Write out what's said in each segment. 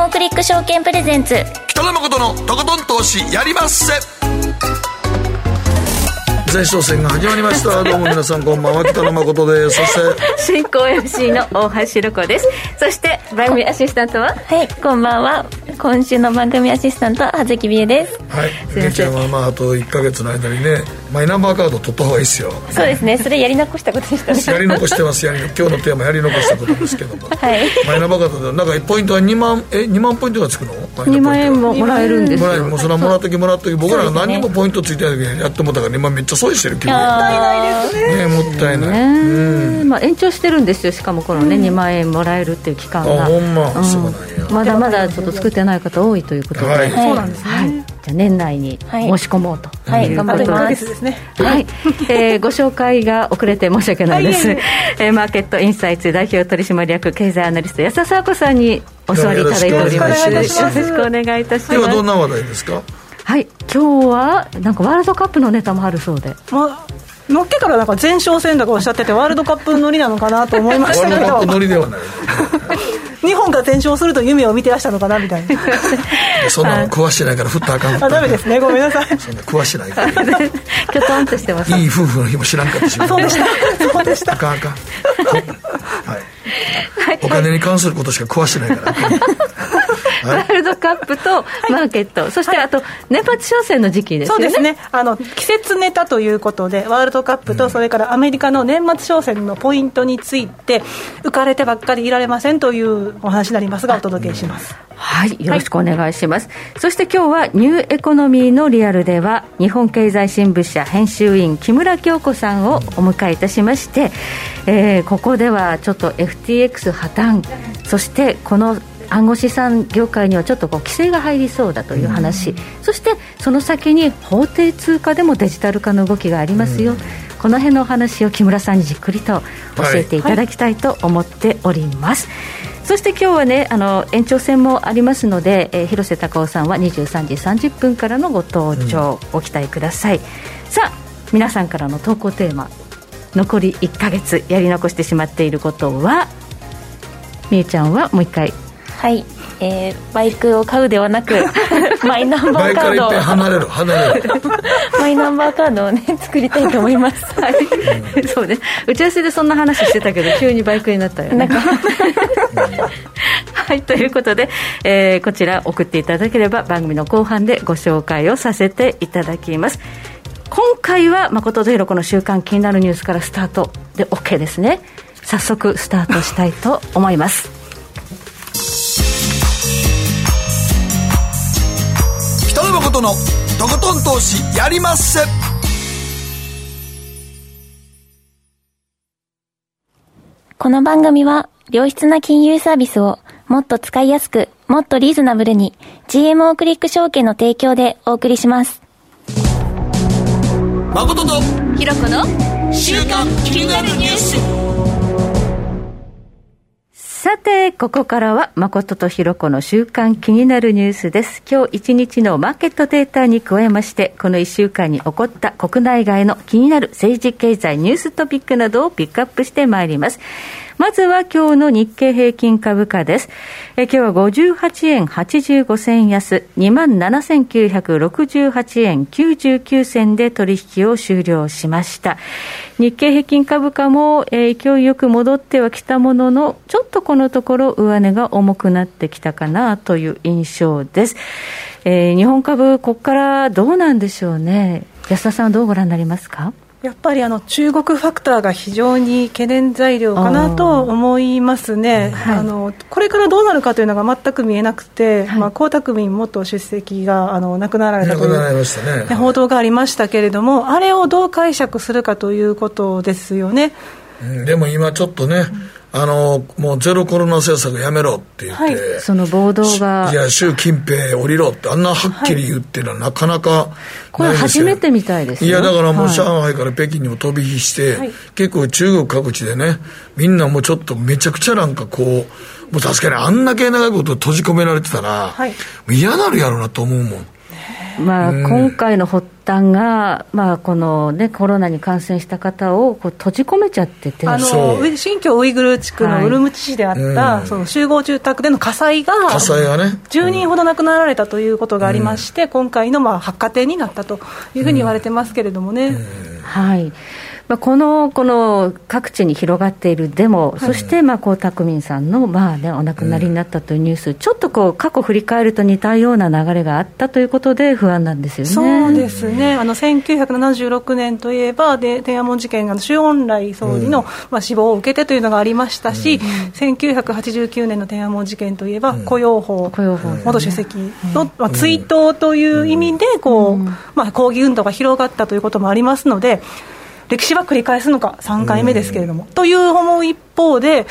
GMO クリック証券プレゼンツ北野誠のとことん投資やりまっせ。前哨戦が始まりましたどうも皆さんこんばんは、北野誠です。そして進行 MC の大橋ロコです。そして番組アシスタントは、 はい、こんばんは。今週の番組アシスタントは葉月美恵です。 はい、美恵ちゃんはあと1ヶ月の間にねマイナンバーカード取った方がいいですよ。 そうですね、それやり残したことでしたね。 やり残してます。今日のテーマやり残したことですけども、 はい、 マイナンバーカードでなんかポイントは2万ポイントがつくの。 2万円ももらえるんですよ。 もうそれはもらっとき僕らが何にもポイントついてない時にやってもらったから今めっちゃ損してる気分。 もったいないですね。 もったいない、 延長してるんですよ。しかもこのね、2万円もらえるっていう期間がほんま、そうなんや。 まだまだちょっと作ってない方多いということで、 はい、 そうなんですね、はい、じゃあ年内に申し込もうと、 はい、頑張ります。 はい、ご紹介が遅れて申し訳ないです、マーケットインサイツ代表取締役経済アナリスト安田佐和子さんにお座りいただいております。よろしくお願いいたします。 今日はどんな話題ですか。 はい、今日はなんかワールドカップのネタもあるそうで、 のっけからなんか前哨戦だとおっしゃっててワールドカップ乗りなのかなと思いましたけど、 ワールドカップ乗りではない日本が全勝すると夢を見てらしたのかなみたいなそんなの詳しないから振ったらあかん。 ダメですね、ごめんなさい。 そんな詳しないからきょとんとしてます。 いい夫婦の日も知らんかったしそうでしたあかんはい、お金に関することしか詳しないからワールドカップとマーケット、そしてあと年末商戦の時期ですよね。 そうですね、季節ネタということでワールドカップとそれからアメリカの年末商戦のポイントについて浮かれてばっかりいられませんというお話になりますがお届けします。 はい、よろしくお願いします、そして今日はニューエコノミーのリアルでは日本経済新聞社編集員木村京子さんをお迎えいたしまして、ここではちょっと FTX 破綻、そしてこの暗号資産業界にはちょっと規制が入りそうだという話、そしてその先に法定通貨でもデジタル化の動きがありますよ、この辺のお話を木村さんにじっくりと教えていただきたいと思っております、そして今日はね延長戦もありますので、広瀬隆夫さんは23時30分からのご登場、ご期待ください。さあ皆さんからの投稿テーマ、残り1ヶ月やり残してしまっていることは、みゆちゃんはもう一回。 はい、バイクを買うではなくマイナンバーカードを離れるマイナンバーカードをね作りたいと思います。 はい、そうね、打ち合わせでそんな話してたけど急にバイクになったよね。はい、ということで、こちら送っていただければ番組の後半でご紹介をさせていただきます。今回は誠とひろ子の週刊気になるニュースからスタートで OK ですね。早速スタートしたいと思います。 北野誠のとことん投資やりまっせ。 この番組は良質な金融サービスをもっと使いやすくもっとリーズナブルに GMO クリック証券の提供でお送りします。 誠とひろ子の週刊気になるニュース。 さてここからは誠とひろ子の週刊気になるニュースです。今日1日のマーケットデータに加えましてこの1週間に起こった国内外の気になる政治経済ニューストピックなどをピックアップしてまいります。まずは今日の日経平均株価です。今日は58円85銭安 27,968 円99銭で取引を終了しました。日経平均株価も勢いよく戻ってはきたもののちょっとこのところ上値が重くなってきたかなという印象です。日本株ここからどうなんでしょうね。安田さんはどうご覧になりますか。 やっぱり中国ファクターが非常に懸念材料かなと思いますね、はい、これからどうなるかというのが全く見えなくて、はい、江沢民元主席が亡くなられたという、ね、報道がありましたけれども、あれをどう解釈するかということですよね。 でも今ちょっとね、もうゼロコロナ政策やめろって言って、はい、 その暴動がいや習近平降りろってあんなはっきり言ってるのはなかなかこれ初めてみたいですよ。 いやだからもう上海から北京にも飛び火して、はい、結構中国各地でねみんなもうちょっとめちゃくちゃなんかこうもう確かにあんだけ長いこと閉じ込められてたら、はい、嫌なるやろうなと思うもん。 今回の発端が、この、ね、コロナに感染した方を閉じ込めちゃってて、 新疆ウイグル地区のウルムチ市であった、その集合住宅での火災が10人ほど亡くなられたということがありまして、今回の発火点になったというふうに言われてますけれどもね。 はい、この各地に広がっているデモ、そして江沢民さんのお亡くなりになったというニュース、ちょっと過去振り返ると似たような流れがあったということで不安なんですよね。 そうですね。1976年といえば天安門事件が周恩来総理の死亡を受けてというのがありましたし、1989年の天安門事件といえば胡耀邦元主席の追悼という意味で抗議運動が広がったということもありますので、歴史は繰り返すのか3回目ですけれども、という思う一方で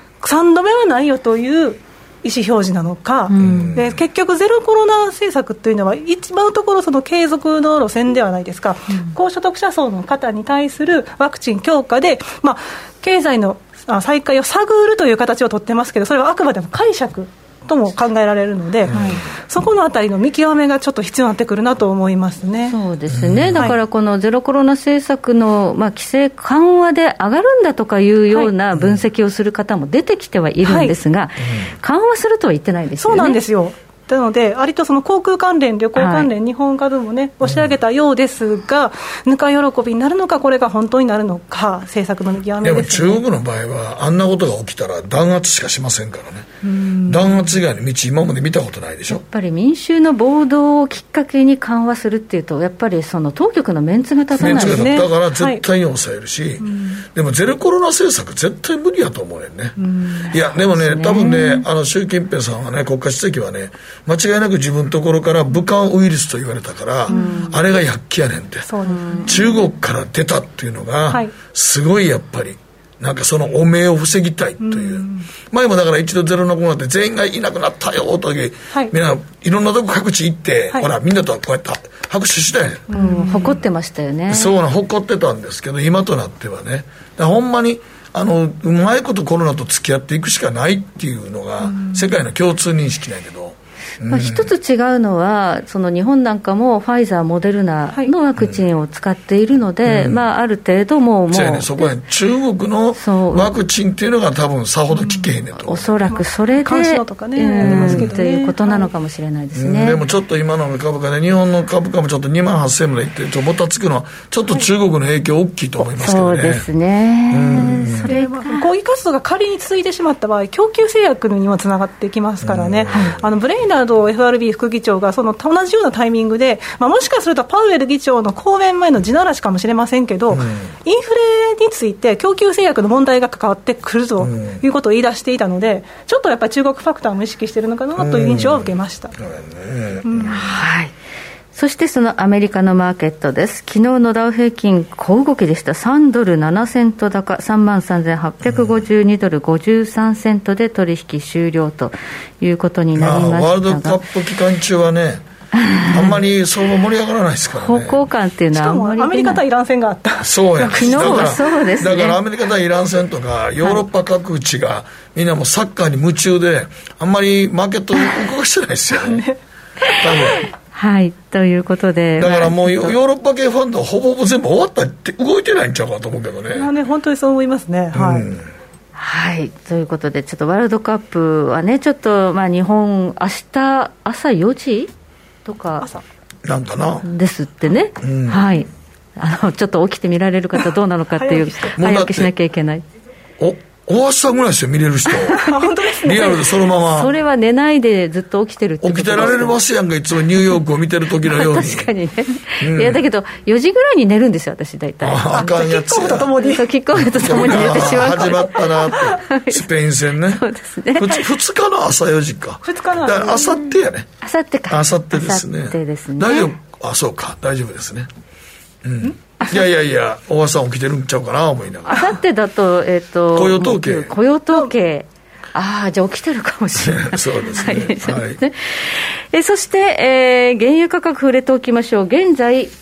3度目はないよという意思表示なのか、で結局ゼロコロナ政策というのは一番のところその継続の路線ではないですか。高所得者層の方に対するワクチン強化で、経済の再開を探るという形をとってますけど、それはあくまでも解釈とも考えられるので、そこのあたりの見極めがちょっと必要になってくるなと思いますね。 そうですね。だからこのゼロコロナ政策の規制緩和で上がるんだとかいうような分析をする方も出てきてはいるんですが、緩和するとは言ってないですよね。 そうなんですよ。なので割とその航空関連旅行関連、日本株もね押し上げたようですが、ぬか喜びになるのか、これが本当になるのか、政策の見極めですね。 でも中国の場合はあんなことが起きたら弾圧しかしませんからね。弾圧以外の道今まで見たことないでしょ。 やっぱり民衆の暴動をきっかけに緩和するっていうと、やっぱりその当局のメンツが立たないですね。 だから絶対に抑えるし、でもゼロコロナ政策絶対無理やと思うねんね。いやでもね、多分ね、習近平さんはね、国家主席はね、間違いなく自分のところから武漢ウイルスと言われたから、あれが躍起やねんって。中国から出たっていうのが、すごいやっぱりなんかその汚名を防ぎたいという、前もだから一度ゼロのコロナって全員がいなくなったよという、みんないろんなとこ各地行って、ほらみんなとこうやって拍手したよね。 誇ってましたよね。 そうな、誇ってたんですけど、今となってはね、ほんまにうまいことコロナと付き合っていくしかないっていうのが世界の共通認識だけど、 一つ違うのは、その日本なんかもファイザー、モデルナのワクチンを使っているので、ある程度もうそこは中国のワクチンっていうのが多分さほど効けへんねんと思う。 おそらくそれで関心とかね、 ということなのかもしれないですね。 でもちょっと今の株価で日本の株価もちょっと2万8000円までいってもたつくのはちょっと中国の影響大きいと思いますけどね。 そうですね。 それは抗議活動が仮に続いてしまった場合、供給制約にもつながってきますからね。ブレイナード FRB 副議長がその同じようなタイミングで、もしかするとパウエル議長の講演前の地ならしかもしれませんけど、インフレについて供給制約の問題が関わってくるということを言い出していたので、ちょっとやっぱり中国ファクターも意識しているのかなという印象を受けました。 はい。そしてそのアメリカのマーケットです。昨日のダウ平均小動きでした。$37セント高、33,852ドル53セントで取引終了ということになりましたが、 ワールドカップ期間中はね、あんまり相場盛り上がらないですからね。 方向感っていうのはあんまり出ない。 アメリカ対イラン戦があった。 そうや。 昨日はそうですね。 だからアメリカ対イラン戦とかヨーロッパ各地がみんなもうサッカーに夢中で、あんまりマーケットを動かしてないですよね。多分。 はい、ということで、 だからもうヨーロッパ系ファンドはほぼほぼ全部終わったって動いてないんちゃうかと思うけどね。 本当にそう思いますね。 はい、ということでちょっとワールドカップはね、ちょっと日本明日朝4時とかなんかなですってね。はい、ちょっと起きて見られる方どうなのかっていう早起きしなきゃいけない。 お朝ぐらいですよ見れる人。 本当ですね。 リアルでそのまま。 それは寝ないでずっと起きてるってことですか。 起きてられるますやんか、いつもニューヨークを見てる時のように。 確かにね。いやだけど4時ぐらいに寝るんですよ私大体。 あかんやつや。 キックオフとともに。 キックオフとともに寝てしまう。 始まったなって。スペイン戦ね。 そうですね。 2日の朝4時か。 2日の朝。だからあさってやね。 あさってか。 あさってですね。 あさってですね。 大丈夫。あ、そうか、大丈夫ですね。いや大和さん起きてるんちゃうかな思いながら。 あさってだと雇用統計。 じゃあ起きてるかもしれない。 そうですね。 はい。そして、原油価格触れておきましょう。現在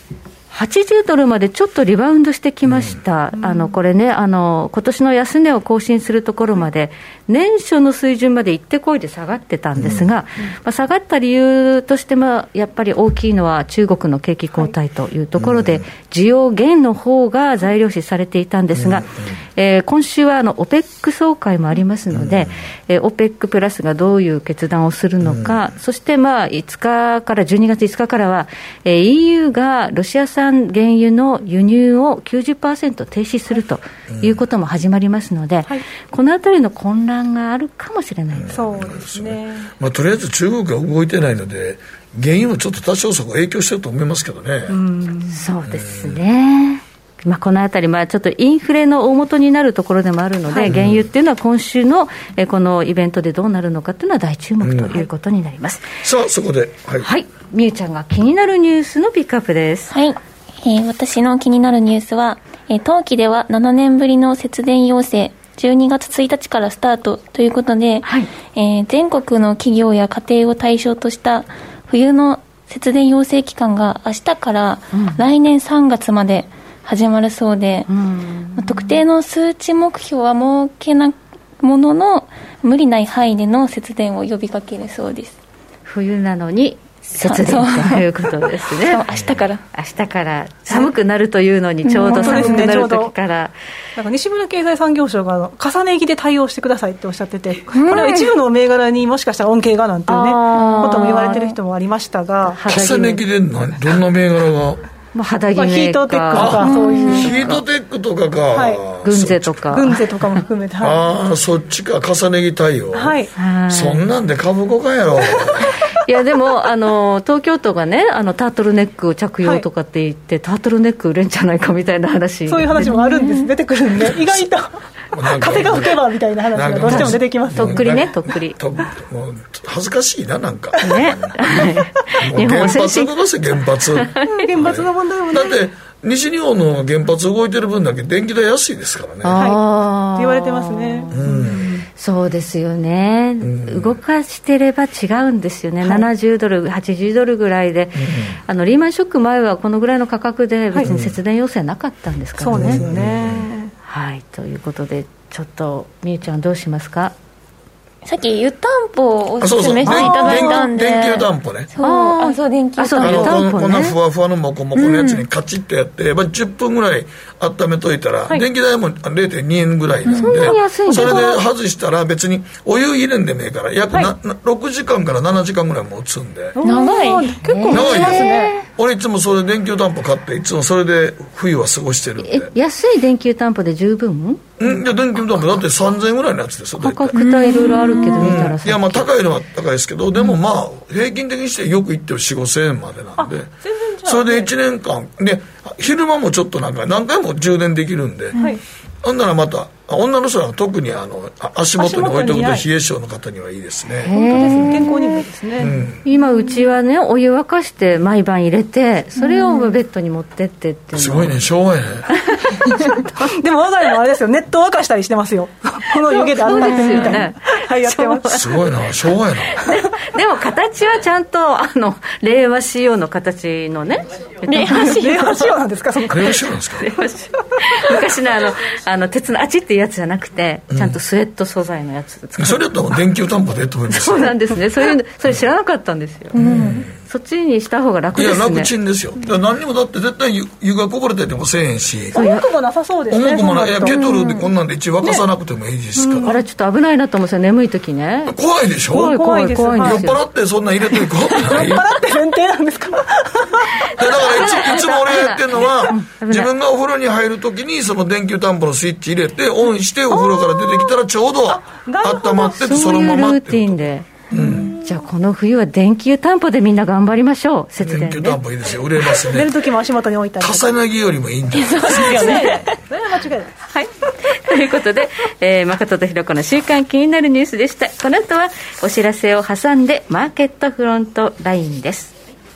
80ドルまでちょっとリバウンドしてきました、これね、今年の安値を更新するところまで、年初の水準まで行ってこいで下がってたんですが、下がった理由としても、やっぱり大きいのは中国の景気後退というところで、需要減の方が材料視されていたんですが、今週はOPEC 総会もありますので、OPEC プラスがどういう決断をするのか、そして5日から12月5日からは、EU がロシア産原油の輸入を 90% 停止するということも始まりますので、このあたりの混乱があるかもしれないです。 そうですね。 とりあえず中国が動いてないので、原油もちょっと多少そこ影響してると思いますけどね。 そうですね。このあたり、ちょっとインフレの大元になるところでもあるので、原油っていうのは今週のこのイベントでどうなるのかっていうのは大注目ということになります。 さあ、そこで、 みゆちゃんが気になるニュースのピックアップです。 私の気になるニュースは、冬季では7年ぶりの節電要請、12月1日からスタートということで、全国の企業や家庭を対象とした冬の節電要請期間が明日から来年3月まで始まるそうで、特定の数値目標は設けなものの、無理ない範囲での節電を呼びかけるそうです。 冬なのに節電ということですね。 明日から寒くなるというのにちょうど寒くなる時から、 なんか西村経済産業省が重ね着で対応してくださいっておっしゃってて、これは一部の銘柄にもしかしたら恩恵がなんていうねことも言われてる人もありましたが、 重ね着でどんな銘柄が肌着メーカー、 ヒートテックとか、そういうヒートテックとかか、 軍勢とかも含めて、 そっちか、重ね着対応、そんなんで株5かやろ。 いやでも東京都がね、タートルネックを着用とかって言って、タートルネック売れんじゃないかみたいな話、 そういう話もあるんです、出てくるんで、意外と風が吹けばみたいな話がどうしても出てきます。 とっくりね、とっくり。 もう恥ずかしいな、なんかね。 もう原発動かせ、原発原発の問題もね。 だって西日本の原発動いてる分だけ電気代安いですからね。 って言われてますね。 そうですよね、動かしてれば違うんですよね、70ドル、80ドルぐらいで、リーマンショック前はこのぐらいの価格で別に節電要請なかったんですからね。 そうですよね。 ということで、ちょっとみゆちゃんどうしますか。 さっき湯たんぽをおすすめしていただいたんで、 電気湯たんぽね。 電気湯たんぽ、 こんなふわふわのモコモコのやつにカチッとやって、10分ぐらい温めといたら、電気代も 0.2 円ぐらいなんで、それで外したら別にお湯入れんでもいいから、約6時間から7時間ぐらい持つんで。 長い。 結構持ちますね。 俺いつもそれ電気湯たんぽ買って、いつもそれで冬は過ごしてるんで。 安い電気湯たんぽで十分？ いや電気湯たんぽだって3000円ぐらいのやつですよ。 価格帯いろいろあるけど見たら、 いや高いのは高いですけど、でも平均的にしてよく行って4、5000円までなんで、それで1年間で昼間もちょっと何回も充電できるんで、ほんならまた女の人は特に足元に置いとくと冷え性の方にはいいですね。 本当ですね、健康にもいいですね。 今うちはね、お湯沸かして毎晩入れて、それをベッドに持ってってってすごいね、昭和やね。 でも我が家もあれですよ、ネット沸かしたりしてますよ。この湯気で温めてみたいな。やってます。 すごいな、昭和やな。 でも形はちゃんと令和仕様の形のね。 令和仕様なんですか？ 令和仕様なんですか？ 昔の鉄のあちっていうやつじゃなくて、ちゃんとスウェット素材のやつ、 それだったら電気湯たんぽでと思います。 そうなんですね。それ知らなかったんですよ。そっちにした方が楽ですね。 いや楽ちんですよ。何にもだって絶対湯がこぼれててもせえへんし、 重くもなさそうですね。 重くもない。ケトルでこんなんで一沸かさなくてもいいですから。 あれちょっと危ないなと思うんですよ、眠い時ね。 怖いでしょ。 怖いです。酔っ払ってそんなん入れて怖くない。 酔っ払って前提なんですか。だからいつも俺がやってるのは、自分がお風呂に入る時にその電気湯たんぽのスイッチ入れてオンして、お風呂から出てきたらちょうど温まってて、そのままルーティンで。じゃあこの冬は電気湯たんぽでみんな頑張りましょう。節電ね。 電気湯たんぽいいですよ、売れますね。 寝る時も足元に置いたり。 重ね着よりもいいんですよ。 そうですよね。それは間違いない。 はい。ということで、誠とひろ子の週間気になるニュースでした。この後はお知らせを挟んでマーケットフロントラインです。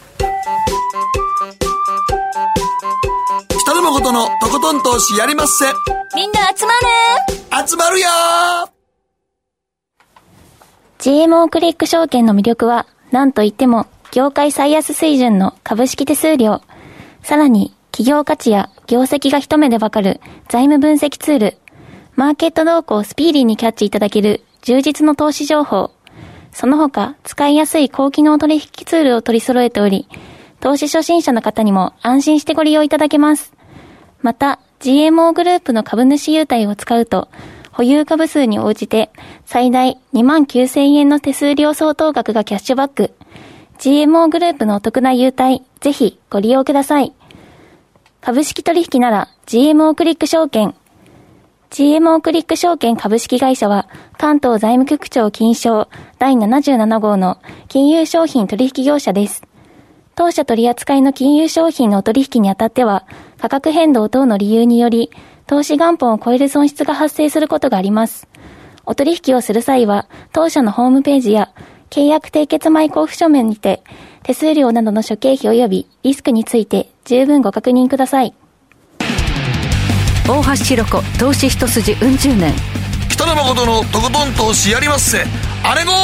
北野誠のとことん投資やりまっせ。 みんな集まる。 集まるよー。 GMO クリック証券の魅力は何といっても業界最安水準の株式手数料、さらに企業価値や業績が一目でわかる財務分析ツール、マーケット動向をスピーディーにキャッチいただける充実の投資情報、その他使いやすい高機能取引ツールを取り揃えており、投資初心者の方にも安心してご利用いただけます。また、GMO グループの株主優待を使うと、保有株数に応じて最大29,000円の手数料相当額がキャッシュバック。GMO グループのお得な優待、ぜひご利用ください。株式取引なら GMO クリック証券。GMO クリック証券株式会社は関東財務局長金賞第77号の金融商品取引業者です。当社取扱いの金融商品のお取引にあたっては価格変動等の理由により投資元本を超える損失が発生することがあります。お取引をする際は当社のホームページや契約締結前交付書面にて手数料などの諸経費及びリスクについて十分ご確認ください。 大橋ひろ子投資一筋うん十年、 北野誠のとことん投資やりまっせ、あれご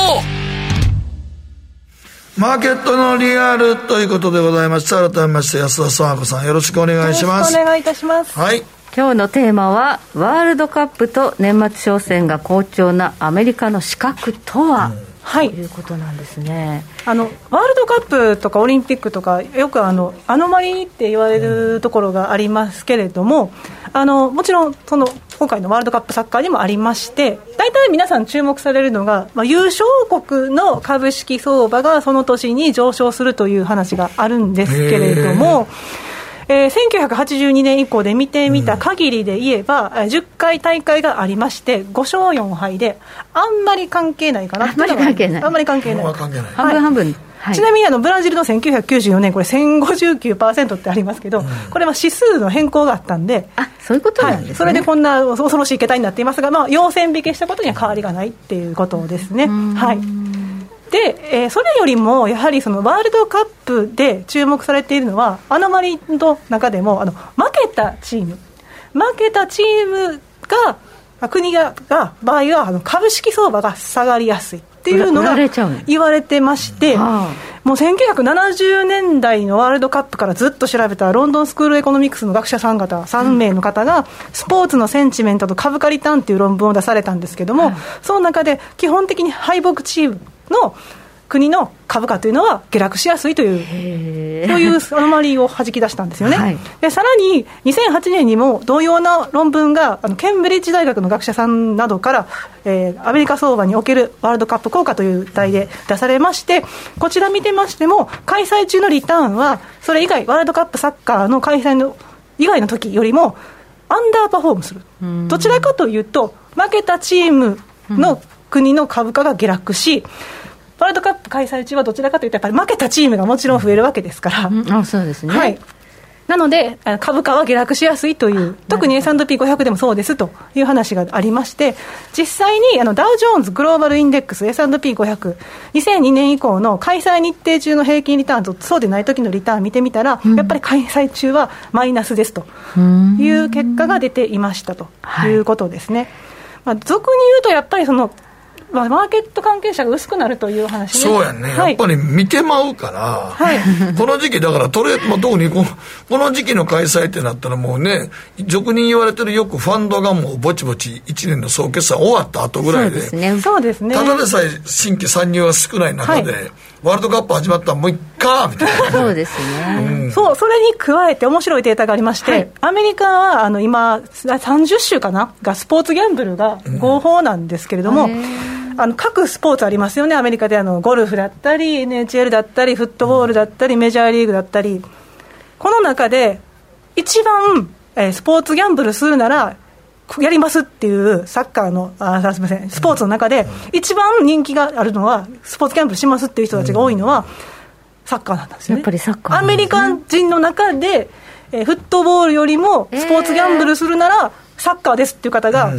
マーケットのリアルということでございまして、改めまして安田佐和子さん、よろしくお願いします。 よろしくお願いいたします。 はい、 今日のテーマはワールドカップと年末商戦が好調なアメリカの資格とは、ということなんですね。 ワールドカップとかオリンピックとかよくアノマリーって言われるところがありますけれども、もちろん今回のワールドカップサッカーにもありまして、大体皆さん注目されるのが、優勝国の株式相場がその年に上昇するという話があるんですけれども、1982年以降で見てみた限りで言えば、10回大会がありまして5勝4敗であんまり関係ないかな。 あんまり関係ない、 あんまり関係ない、 半分半分、はい、 ちなみにブラジルの1994年これ 1059% ってありますけど、これは指数の変更があったんで、 そういうことなんですね、 それでこんな恐ろしい桁になっていますが、要線引けしたことには変わりがないっていうことですね。はい。で、それよりもやはりそのワールドカップで注目されているのはアノマリの中でも負けたチームが国が場合は株式相場が下がりやすいっていうのが言われてまして、もう1970年代のワールドカップからずっと調べたロンドンスクールエコノミクスの学者さん方3名の方がスポーツのセンチメントと株価リターンという論文を出されたんですけども、その中で基本的に敗北チームの国の株価というのは下落しやすいというそういうアノマリーをはじき出したんですよね、はい、でさらに2008年にも同様な論文がケンブリッジ大学の学者さんなどから、アメリカ相場におけるワールドカップ効果という題で出されまして、こちら見てましても開催中のリターンはそれ以外ワールドカップサッカーの開催の以外の時よりもアンダーパフォームする。どちらかというと負けたチームの国の株価が下落し、ワールドカップ開催中はどちらかというとやっぱり負けたチームがもちろん増えるわけですから、 そうですね、 はい、なので株価は下落しやすいという、特に S&P500 でもそうですという話がありまして、実際にダウジョーンズグローバルインデックス S&P500 2002年以降の開催日程中の平均リターンとそうでない時のリターン見てみたら、やっぱり開催中はマイナスですという結果が出ていましたということですね、俗に言うとやっぱりマーケット関係者が薄くなるという話ね。 そうやね、やっぱり見てまうから、はい、この時期だから特にこの時期の開催ってなったらもうね、俗に言われてるよくファンドがもうぼちぼち1年の総決算終わった後ぐらいで、 そうですね、 ただでさえ新規参入が少ない中で、はい、ワールドカップ始まったらもういっかみたいなそうですね、 それに加えて面白いデータがありまして、はい、アメリカは今30州かながスポーツギャンブルが合法なんですけれども、各スポーツありますよね。アメリカでゴルフだったり NHL だったりフットボールだったりメジャーリーグだったり、この中で一番、スポーツギャンブルするならやりますっていうサッカーのすみませんスポーツの中で一番人気があるのはスポーツギャンブルしますっていう人たちが多いのはサッカーなんですよね。 やっぱりサッカーアメリカ人の中で、フットボールよりもスポーツギャンブルするならサッカーですっていう方が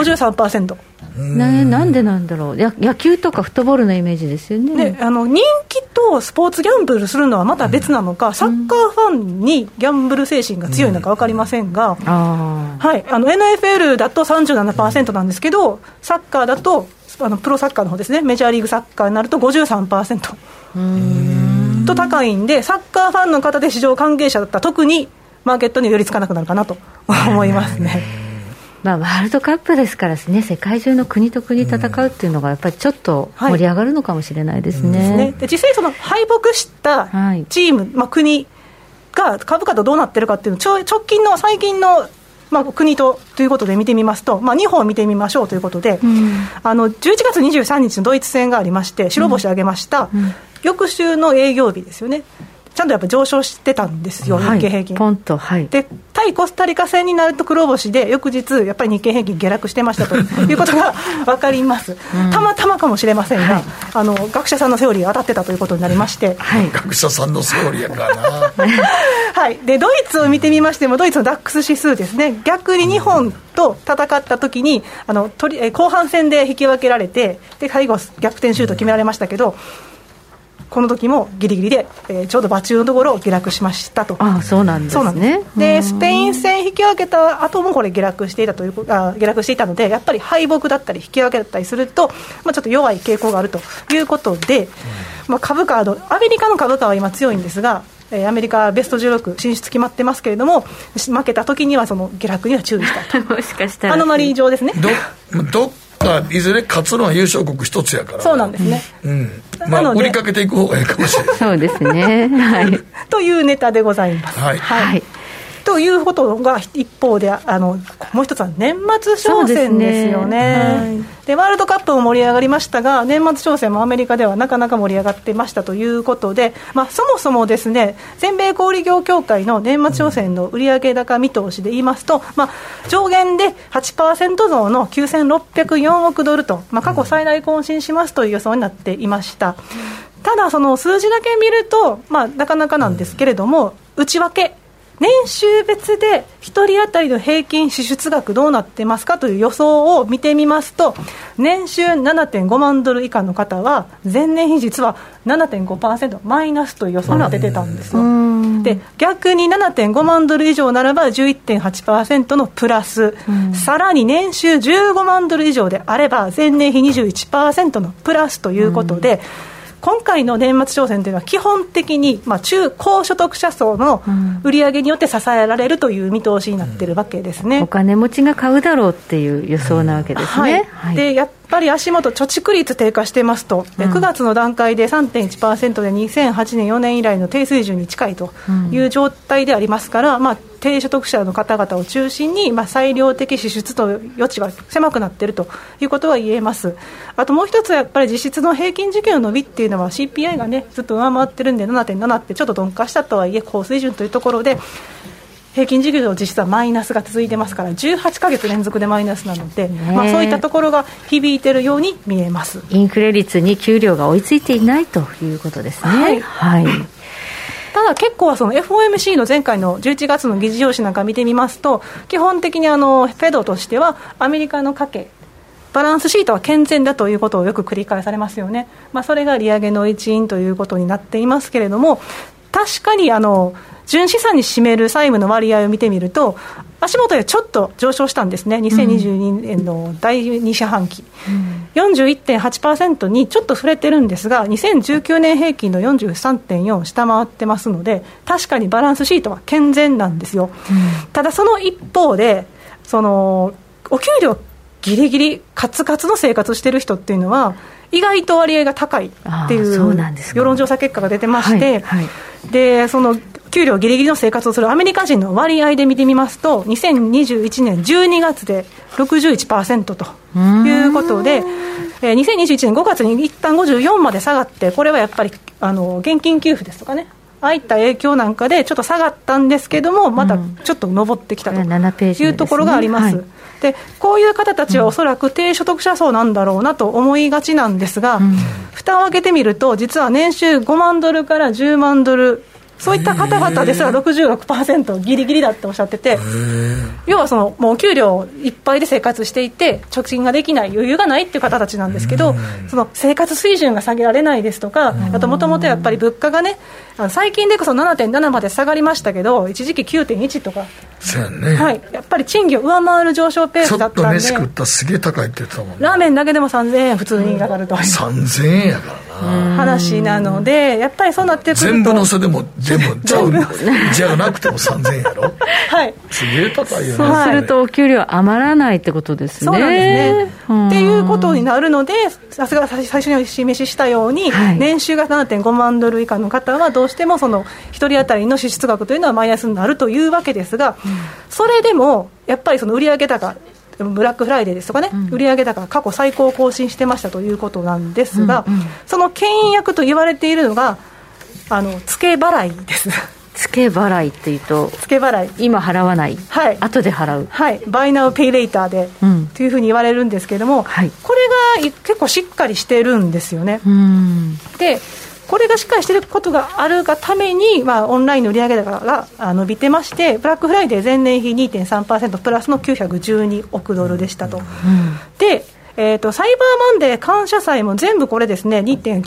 53%、 なんでなんだろう。野球とかフットボールのイメージですよね。 人気とスポーツギャンブルするのはまた別なのか、サッカーファンにギャンブル精神が強いのか分かりませんが、はい、NFL だと 37% なんですけど、サッカーだとプロサッカーの方ですね、メジャーリーグサッカーになると 53% と高いんで、サッカーファンの方で市場関係者だったら特にマーケットに寄りつかなくなるかなと思いますね。 ワールドカップですからね、世界中の国と国戦うっていうのがやっぱりちょっと盛り上がるのかもしれないですね。 で実際その敗北したチーム、国が株価とどうなってるかっていうのを直近の最近の国ということで見てみますと、日本を見てみましょうということで、11月23日のドイツ戦がありまして白星を挙げました、翌週の営業日ですよね、ちゃんとやっぱ上昇してたんですよ、日経平均、 ポンと、 で対コスタリカ戦になると黒星で翌日やっぱり日経平均下落してましたということが分かります、たまたまかもしれませんが、学者さんのセオリーが当たってたということになりまして、 学者さんのセオリーやからなでドイツを見てみましても、ドイツのダックス指数ですね、逆に日本と戦った時に後半戦で引き分けられて、で最後逆転シュート決められましたけど、この時もギリギリで、ちょうど場中のところを下落しましたと。 そうなんですね。 でスペイン戦引き分けた後もこれ下落していたので、やっぱり敗北だったり引き分けだったりすると、ちょっと弱い傾向があるということで、株価アメリカの株価は今強いんですが、アメリカベスト16進出決まってますけれども、負けた時にはその下落には注意したともしかしたらアノマリー上ですね。 いずれ勝つのは優勝国一つやから、 そうなんですね、 売りかけていく方がいいかもしれないそうですね、 というネタでございます。ということが一方で、もう一つは年末商戦ですよね。でワールドカップも盛り上がりましたが、年末商戦もアメリカではなかなか盛り上がってましたということで、そもそもですね、全米小売業協会の年末商戦の売上高見通しで言いますと、上限で 8% 増の9604億ドルと、過去最大更新しますという予想になっていました。ただその数字だけ見ると、なかなかなんですけれども、内訳年収別で1人当たりの平均支出額どうなってますかという予想を見てみますと、年収 7.5 万ドル以下の方は前年比実は 7.5% マイナスという予想が出てたんですよ。で逆に 7.5 万ドル以上ならば 11.8% のプラス、さらに年収15万ドル以上であれば前年比 21% のプラスということで、今回の年末商戦というのは基本的に、中高所得者層の売り上げによって支えられるという見通しになっているわけですね。 お金持ちが買うだろうっていう予想なわけですね。 でやっぱり足元貯蓄率低下してますと、9月の段階で 3.1% で2008年4年以来の低水準に近いという状態でありますから、低所得者の方々を中心に、裁量的支出と余地は狭くなっているということは言えます。あともう一つはやっぱり実質の平均時給の伸びっていうのは CPI がねずっと上回ってるんで 7.7 ってちょっと鈍化したとはいえ高水準というところで、平均時給の実質はマイナスが続いてますから、18ヶ月連続でマイナスなので、そういったところが響いているように見えます。 インフレ率に給料が追いついていないということですね。 ただ結構はその FOMC の前回の11月の議事要旨なんか見てみますと、基本的にフェドとしてはアメリカの家計バランスシートは健全だということをよく繰り返されますよね。それが利上げの一因ということになっていますけれども、確かに純資産に占める債務の割合を見てみると足元でちょっと上昇したんですね。2022年の第2四半期、41.8% にちょっと触れてるんですが、2019年平均の 43.4 下回ってますので、確かにバランスシートは健全なんですよ。ただその一方でお給料ギリギリカツカツの生活してる人っていうのは意外と割合が高いっていう世論調査結果が出てまして、でその給料ギリギリの生活をするアメリカ人の割合で見てみますと、2021年12月で 61% ということで、2021年5月に一旦54まで下がって、これはやっぱり現金給付ですとかね、ああいった影響なんかでちょっと下がったんですけども、またちょっと上ってきたというところがあります。でこういう方たちはおそらく低所得者層なんだろうなと思いがちなんですが、蓋を開けてみると実は年収5万ドルから10万ドル、そういった方々ですら 66% ギリギリだっておっしゃってて、要はもう給料いっぱいで生活していて貯金ができない、余裕がないっていう方たちなんですけど、その生活水準が下げられないですとか、あともともとやっぱり物価がね、最近でこそ 7.7 まで下がりましたけど、一時期 9.1 とか、 そうやね、 やっぱり賃金を上回る上昇ペースだったんで、 ちょっと飯食ったらすげえ高いって言ってたもんね。 ラーメンだけでも3000円普通に上がると、 3000円やからな。 話なので、やっぱりそうなってくると全部のせでもじゃなくても3000円やろはい、 すげえ高いよね。 そうするとお給料余らないってことですね。 そうなんですね、っていうことになるので、さすが最初にお示ししたように、はい、年収が 7.5 万ドル以下の方はどうしてもその1人当たりの支出額というのはマイナスになるというわけですが、それでもやっぱりその売上高、ブラックフライデーですとかね、売上高が過去最高を更新してましたということなんですが、その牽引役と言われているのが付け払いです。 付け払いっていうと、 付け払い、 今払わない、はい、後で払う、 はい、バイナウペイレーターで、というふうに言われるんですけれども、はい、これが結構しっかりしてるんですよね。でこれがしっかりしていることがあるがために、オンラインの売上高が伸びてまして、ブラックフライデー前年比 2.3% プラスの912億ドルでしたと。でサイバーマンデー感謝祭も全部これですね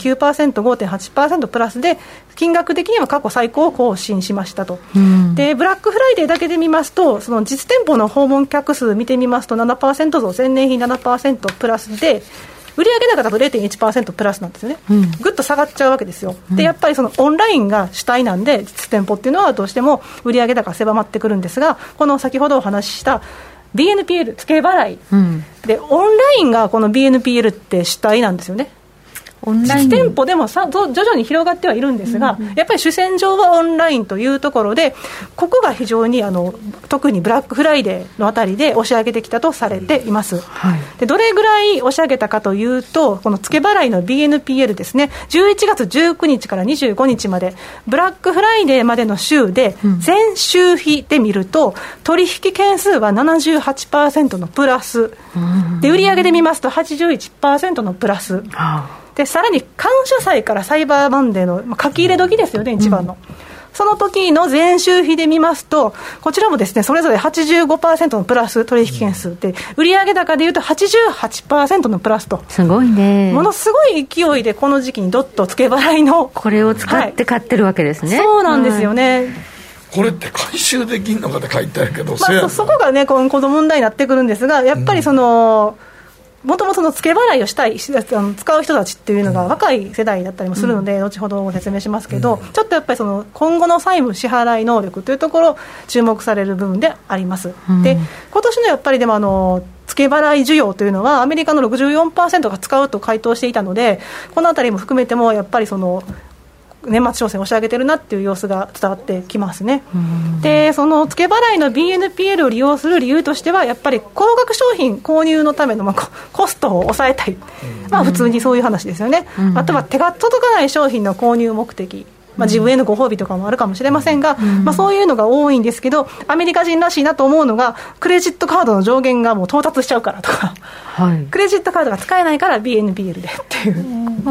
2.9%、5.8% プラスで金額的には過去最高を更新しましたと。でブラックフライデーだけで見ますと、その実店舗の訪問客数見てみますと 7% 増、前年比 7% プラスで、売上高だと 0.1% プラスなんですよね。ぐっと下がっちゃうわけですよ。でやっぱりそのオンラインが主体なんで、実店舗っていうのはどうしても売上高が狭まってくるんですが、この先ほどお話しした BNPL 付け払い、でオンラインがこの BNPL って主体なんですよね。実店舗でも徐々に広がってはいるんですが、やっぱり主戦場はオンラインというところで、ここが非常に特にブラックフライデーのあたりで押し上げてきたとされています。でどれぐらい押し上げたかというと、この付け払いの BNPL ですね、11月19日から25日までブラックフライデーまでの週で前週比で見ると取引件数は 78% のプラスで、売上で見ますと 81% のプラスで、さらに感謝祭からサイバーマンデーの書き入れ時ですよね、一番の、その時の前週比で見ますと、こちらもですね、それぞれ 85% のプラス取引件数で、売上高でいうと 88% のプラスと、 すごいね、 ものすごい勢いでこの時期にどっと付け払いのこれを使って買ってるわけですね。 そうなんですよね。 これって回収できんのかって書いてあるけど、 そこがね、この問題になってくるんですが、やっぱりその、もともと付け払いをしたい使う人たちっていうのが若い世代だったりもするので、後ほどご説明しますけど、ちょっとやっぱりその今後の債務支払い能力というところ注目される部分であります。で今年のやっぱりでも付け払い需要というのはアメリカの 64% が使うと回答していたので、このあたりも含めてもやっぱりその年末商戦を押し上げてるなっていう様子が伝わってきますね。でその付け払いの BNPL を利用する理由としては、やっぱり高額商品購入のためのコストを抑えたい、普通にそういう話ですよね。あとは手が届かない商品の購入目的、自分へのご褒美とかもあるかもしれませんが、そういうのが多いんですけど、アメリカ人らしいなと思うのが、クレジットカードの上限がもう到達しちゃうからとか、クレジットカードが使えないから BNPL でっていう、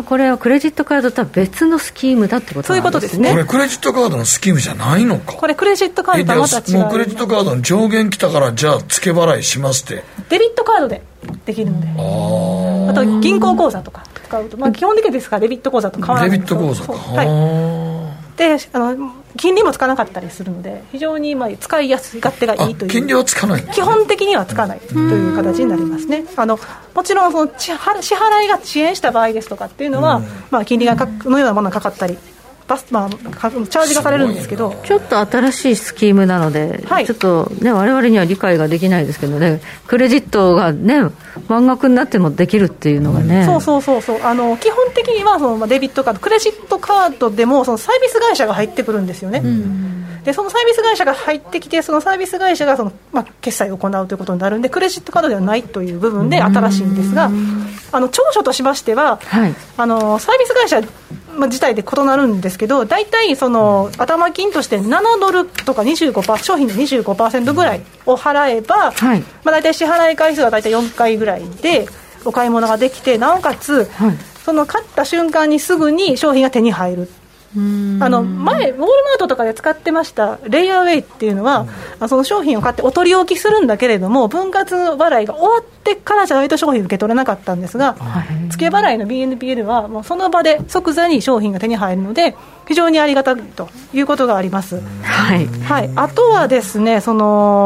これはクレジットカードとは別のスキームだってことなんですね。 そういうことですね。 これクレジットカードのスキームじゃないのか。 これクレジットカードとはまた違う。 もうクレジットカードの上限来たからじゃあ付け払いしますってデビットカードでできるので、あと銀行口座とか使うと、基本的にですからデビット口座と変わらない。 デビット口座か、 で金利もつかなかったりするので、非常に使いやすい、勝手がいいという。 金利はつかない、 基本的にはつかないという形になりますね。もちろんその支払いが遅延した場合ですとかっていうのは、金利がのようなものがかかったり、チャージがされるんですけど、 ちょっと新しいスキームなので、ちょっとね我々には理解ができないですけどね、クレジットがね満額になってもできるっていうのがね、 そう基本的にはそのデビットカード、クレジットカードでもそのサービス会社が入ってくるんですよね。でそのサービス会社が入ってきて、そのサービス会社が決済を行うということになるんで、クレジットカードではないという部分で新しいんですが、長所としましては、サービス会社自体で異なるんですけど、大体その頭金として7ドルとか25%、商品の 25% ぐらいを払えば、大体支払い回数は大体4回ぐらいでお買い物ができて、なおかつ、その買った瞬間にすぐに商品が手に入る。前ウォールマートとかで使ってましたレイアウェイっていうのは、その商品を買ってお取り置きするんだけれども、分割払いが終わってからじゃないと商品受け取れなかったんですが、付け払いの BNPL はもうその場で即座に商品が手に入るので、非常にありがたいということがあります。あとはですね、そのク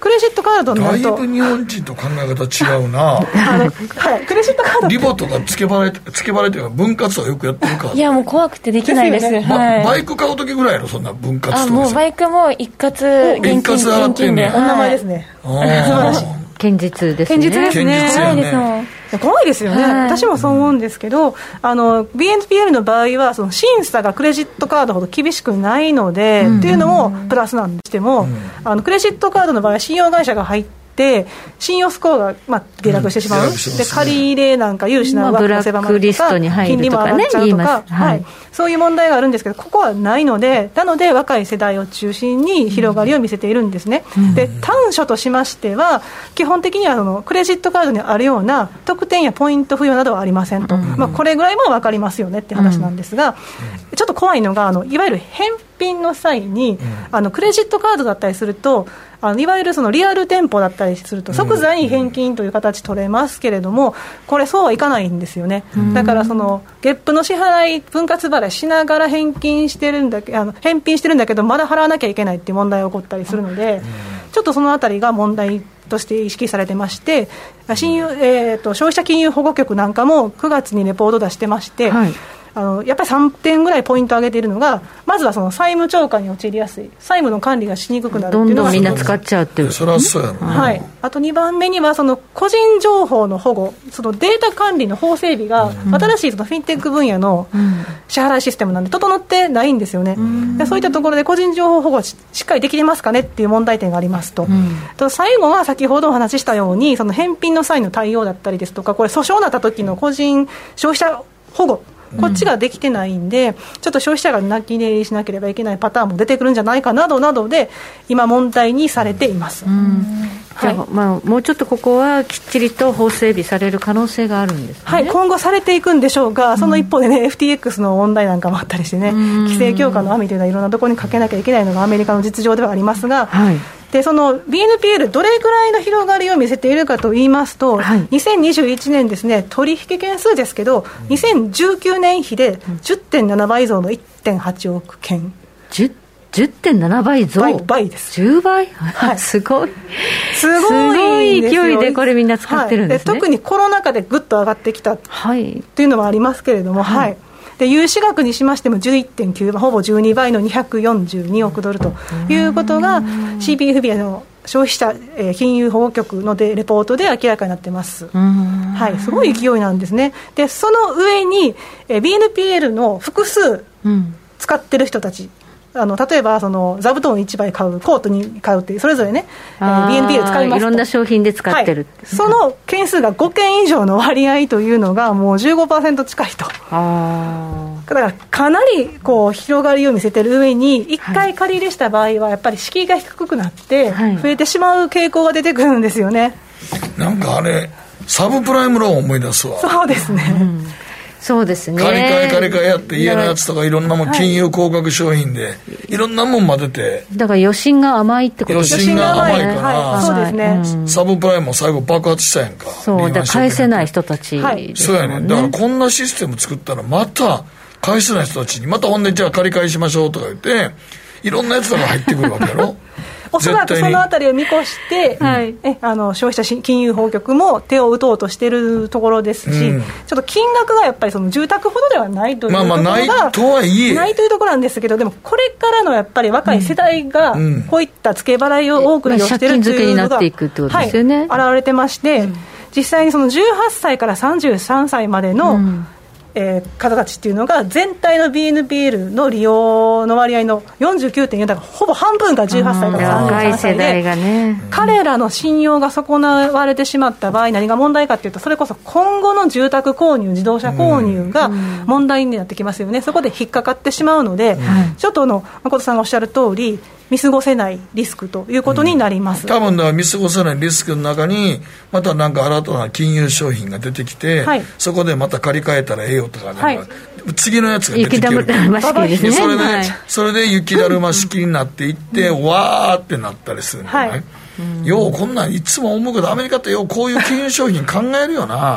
クレジットカードになるとだいぶ日本人と考え方違うなはい、 クレジットカードリボとか付け払いというか分割とかよくやってるからいやもう怖くてできないですですはい、 バイク買う時ぐらいのそんな分割とかもうバイクも一括現金払ってんねんお名前ですね、素晴らしい堅実ですね。 堅実ですね。 堅実やね。 怖いですよね、はい、私もそう思うんですけど、BNPL の場合はその審査がクレジットカードほど厳しくないので、っていうのもプラスなんでしても、クレジットカードの場合は信用会社が入って信用スコアが下落してしまう、で借り入れなんか融資の枠が狭まるとか、金利も上がっちゃうとか、はいそういう問題があるんですけど、ここはないので、なので若い世代を中心に広がりを見せているんですね、で短所としましては基本的にはそのクレジットカードにあるような特典やポイント付与などはありませんと、これぐらいも分かりますよねって話なんですが、ちょっと怖いのがいわゆる返品の際にクレジットカードだったりするといわゆるそのリアル店舗だったりすると即座に返金という形取れますけれども、これそうはいかないんですよね。だからそのゲップの支払い分割払いしながら返品してるんだけどまだ払わなきゃいけないっていう問題が起こったりするので、ちょっとそのあたりが問題として意識されてまして、消費者金融保護局なんかも9月にレポート出してまして、はいやっぱり3点ぐらいポイントを挙げているのが、まずはその債務超過に陥りやすい、債務の管理がしにくくなるっていうのがどんどんみんな使っちゃうっていう、 それはそうやろね、 はい、あと2番目にはその個人情報の保護、そのデータ管理の法整備が新しいそのフィンテック分野の支払いシステムなんで整ってないんですよね、でそういったところで個人情報保護はしっかりできてますかねっていう問題点がありますと、と最後は先ほどお話ししたようにその返品の際の対応だったりですとか、これ訴訟になった時の個人消費者保護、こっちができてないんで、ちょっと消費者が泣き寝入りしなければいけないパターンも出てくるんじゃないかなどなどで今問題にされています。 じゃあ、もうちょっとここはきっちりと法整備される可能性があるんですね。 はい、今後されていくんでしょうが、その一方でね、FTX の問題なんかもあったりしてね、規制強化の網というのはいろんなところにかけなきゃいけないのがアメリカの実情ではありますが、でその BNPL どれぐらいの広がりを見せているかといいますと、2021年ですね、取引件数ですけど2019年比で 10.7 倍増の 1.8 億件、 10.7 倍増、 倍です。 10倍、はい、すごい勢いでこれみんな使ってるんですね、 で特にコロナ禍でぐっと上がってきたっていうのもありますけれども、で融資額にしましても 11.9 倍、ほぼ12倍の242億ドルということが CPFB の消費者、金融保護局のレポートで明らかになってます。はい、すごい勢いなんですね。でその上に、BNPL の複数使ってる人たち、例えばその座布団1枚買う、コートに買うっていうそれぞれね、BNPL 使いますと、 いろんな商品で使ってる、 その件数が5件以上の割合というのがもう 15% 近いと。だからかなりこう広がりを見せてる上に、1回借り入れした場合はやっぱり敷居が低くなって増えてしまう傾向が出てくるんですよね。 なんかあれサブプライムローン思い出すわ。 そうですね、 そうですね、 借り換えやって家のやつとかいろんなもん、金融高額商品でいろんなもん混ぜて、 だから余震が甘いってことですね。 余震が甘いから、 そうですね、 サブプライムも最後爆発したやんか。 そうだから返せない人たちですもんね。 そうやね。だからこんなシステム作ったらまた返せない人たちにまたほんでじゃあ借り換えしましょうとか言っていろんなやつらが入ってくるわけやろおそらくそのあたりを見越して、消費者金融保護局も手を打とうとしているところですし、ちょっと金額がやっぱりその住宅ほどではないというところが、 ないとはいえないというところなんですけど、でもこれからのやっぱり若い世代がこういった付け払いを多く利用しているというのが、現れてまして、実際にその18歳から33歳までの、方たちっていうのが全体の BNPL の利用の割合の 49.4%、だからほぼ半分が18歳から33歳で、彼らの信用が損なわれてしまった場合何が問題かっていうと、それこそ今後の住宅購入、自動車購入が問題になってきますよね。そこで引っかかってしまうので、ちょっと誠さんがおっしゃる通り見過ごせないリスクということになります。 多分見過ごせないリスクの中にまたなんか新たな金融商品が出てきて、そこでまた借り換えたらええよとか、次のやつが出てきてるそれで雪だるま式になっていって、わーってなったりするんじゃない？ようこんなんいつも思うけどアメリカってようこういう金融商品考えるよな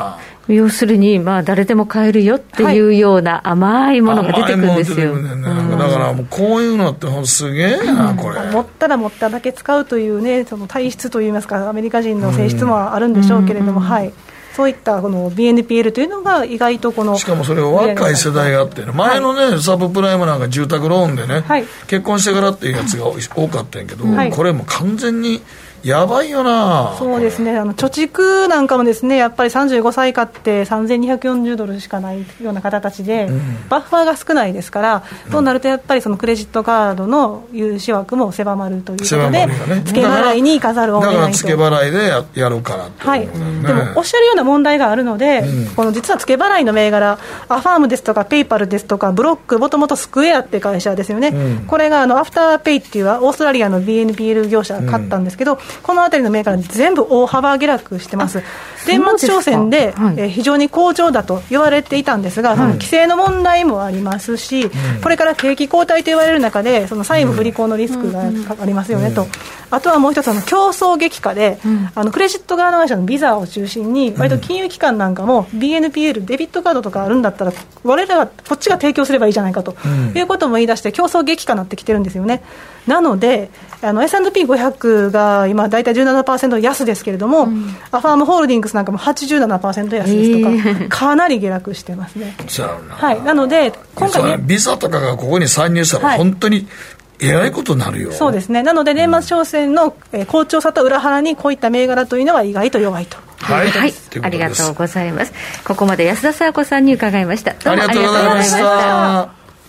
要するに、誰でも買えるよっていうような甘いものが出てくるんですよ。 だからもうこういうのってすげえな、これ。 持ったら持っただけ使うというね、その体質といいますか、アメリカ人の性質もあるんでしょうけれども、そういったこの BNPL というのが意外としかもそれを若い世代があって、前のね、サブプライムなんか住宅ローンでね、結婚してからっていうやつが多かったんやけど、これも完全にやばいよな。 そうですね、貯蓄なんかもですね、やっぱり35歳以下って$3240しかないような方たちで、バッファーが少ないですから、となるとやっぱりそのクレジットカードの融資枠も狭まるということで、付け払いに行かざるを得ないと。 だから付け払いでやるからっていうことだよね。 でもおっしゃるような問題があるので、この実は付け払いの銘柄、アファームですとかペイパルですとかブロック、もともとスクエアって会社ですよね、これがアフターペイっていうオーストラリアの BNPL 業者が買ったんですけど、このあたりの銘柄全部大幅下落してます。年末商戦で、非常に好調だと言われていたんですが、その規制の問題もありますし、これから景気後退と言われる中で、その債務不履行のリスクがありますよねと、あとはもう一つ競争激化で、クレジット側の会社のビザを中心に割と金融機関なんかも BNPL デビットカードとかあるんだったら我々はこっちが提供すればいいじゃないかということも言い出して、競争激化になってきてるんですよね。なのでS&P500 が今だいたい 17% 安ですけれども、アファームホールディングスなんかも 87% 安ですとか、かなり下落してますね。なので今回、 ビザとかがここに参入したら本当にえらいことになるよ。 そうですね。なので年末商戦の好調さと裏腹にこういった銘柄というのは意外と弱いと。 ありがとうございます。ここまで安田佐和子さんに伺いました。どうもありがとうございました。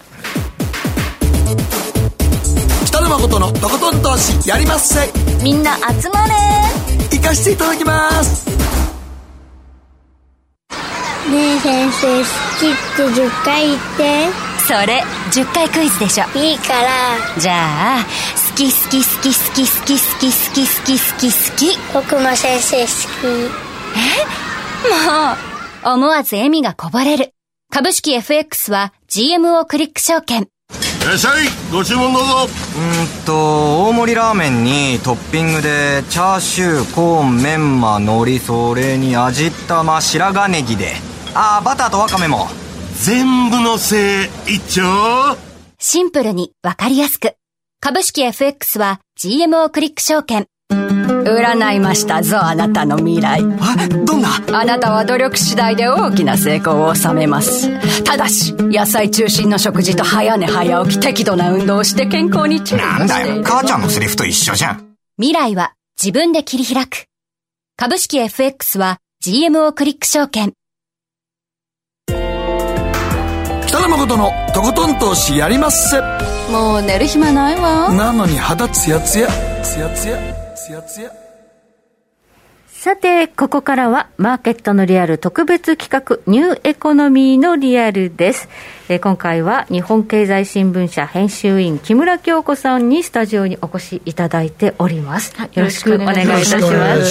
北野誠のとことん投資やりまっせ。 みんな集まれ。 行かしていただきます。 ねえ先生、好きって10回言って。 それ10回クイズでしょ。 いいから。 じゃあ、好き好き好き好き好き好き好き好き好き好き。 僕も先生好き。 もう思わず笑みがこぼれる。株式 FX は GMO クリック証券。 いらっしゃい、ご注文どうぞ。 大盛りラーメンにトッピングでチャーシュー、コーン、メンマ、海苔、それに味玉、白髪ネギで、バターとワカメも全部のせい一丁。 シンプルにわかりやすく。株式 FX は GMO クリック証券。 占いましたぞ、あなたの未来。 どんな？ あなたは努力次第で大きな成功を収めます。ただし野菜中心の食事と早寝早起き、適度な運動をして健康に注意して。 なんだよ、母ちゃんのセリフと一緒じゃん。 未来は自分で切り開く。株式 FX は GMO クリック証券。 北野誠のとことん投資やりまっせ。 もう寝る暇ないわ。 なのに肌ツヤツヤツヤツヤツヤツヤ。 さて、ここからはマーケットのリアル特別企画、ニューエコノミーのリアルです。今回は日本経済新聞社編集員木村京子さんにスタジオにお越しいただいております。よろしくお願いいたします。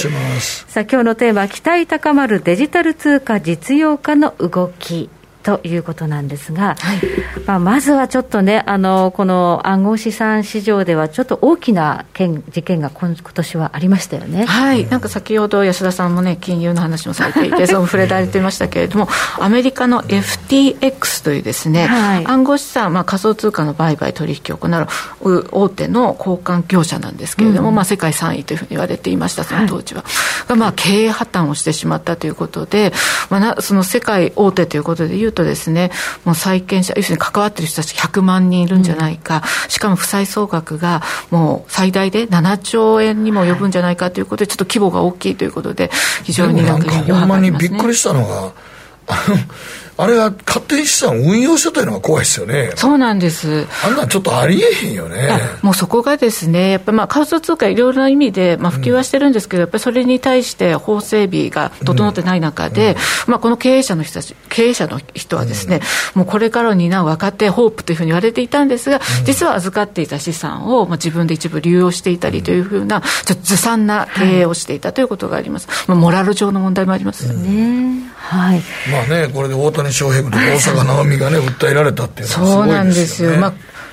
さあ、今日のテーマ、期待高まるデジタル通貨実用化の動きということなんですが、まずはちょっとね、この暗号資産市場ではちょっと大きな事件が今年はありましたよね。 なんか先ほど安田さんもね、金融の話もされていてその触れられていましたけれども、アメリカの FTX というですね、暗号資産、仮想通貨の売買取引を行う大手の交換業者なんですけれども、世界3位というふうに言われていました。その当時は、経営破綻をしてしまったということで、その世界大手ということでいうとですね、もう債権者、要するに関わっている人たち100万人いるんじゃないか、しかも負債総額がもう最大で7兆円にも及ぶんじゃないかということで、ちょっと規模が大きいということで、非常になんかほんまにびっくりしたのが、あれが勝手に資産を運用してたのが怖いですよね。 そうなんです。 あんなんちょっとありえへんよね。 もうそこがですね、やっぱり仮想通貨いろいろな意味で、普及はしてるんですけど、やっぱりそれに対して法整備が整ってない中で、この経営者の人はですね、もうこれからを担う若手ホープというふうに言われていたんですが、実は預かっていた資産を自分で一部流用していたりというふうなちょっとずさんな経営をしていたということがあります。モラル上の問題もありますよね。 これで大谷翔平君と大坂なおみがね訴えられたっていうのはすごいですよね。 そうなんですよ。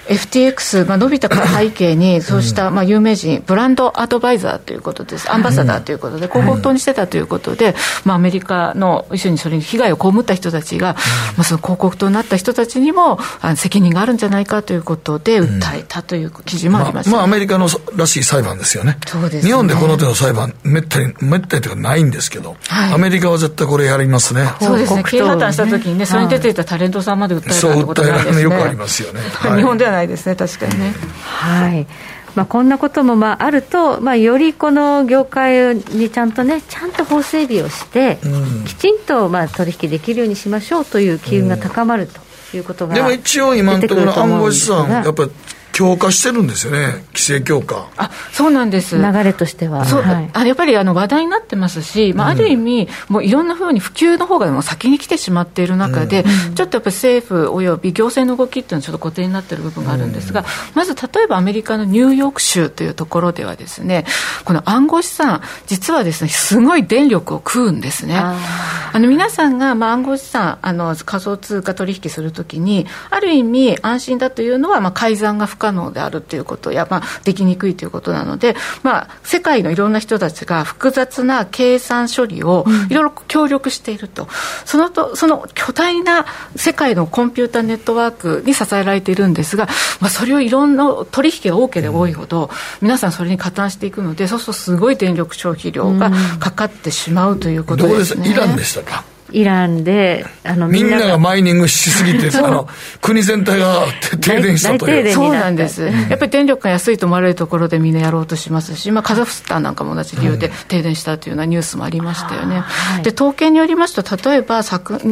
FTX が伸びた背景にそうした有名人、ブランドアドバイザーということです、アンバサダーということで広告塔にしてたということで、アメリカの一緒にそれに被害を被った人たちが、その広告塔になった人たちにも責任があるんじゃないかということで訴えたという記事もありました、 アメリカのらしい裁判ですよね。 そうですね。 日本でこの手の裁判めったにというかないんですけど、アメリカは絶対これやりますね。 そうですね。経営破綻した時にね、それに出ていたタレントさんまで訴えられたことないですね。 よくありますよね。 日本ではないですね、確かにね。 はい。こんなこともあると、よりこの業界にちゃんと法整備をして、きちんと取引できるようにしましょうという機運が高まるということが出てくると思うんですが。 でも一応今のところ暗号資産やっぱり強化してるんですよね、規制強化。 そうなんです。 流れとしては。 そう、やっぱり話題になってますし、ある意味、もういろんなふうに普及の方がもう先に来てしまっている中で、ちょっとやっぱり政府および行政の動きっていうのはちょっと固定になっている部分があるんですが、まず例えばアメリカのニューヨーク州というところではですね、この暗号資産、実はですね、すごい電力を食うんですね。皆さんが暗号資産、仮想通貨取引するときに、ある意味安心だというのは、改ざんが不可能であるということや、できにくいということなので、世界のいろんな人たちが複雑な計算処理をいろいろ協力していると、その巨大な世界のコンピューターネットワークに支えられているんですが、それをいろんな取引が多ければ多いほど、皆さんそれに加担していくので、そうするとすごい電力消費量がかかってしまうということですね。 どうです？イランでしたか？ イランでみんながマイニングしすぎて国全体が停電したという。 そうなんです、やっぱり電力が安いと思われるところでみんなやろうとしますし、カザフスタンなんかも同じ理由で停電したというようなニュースもありましたよね、で統計によりますと、例えば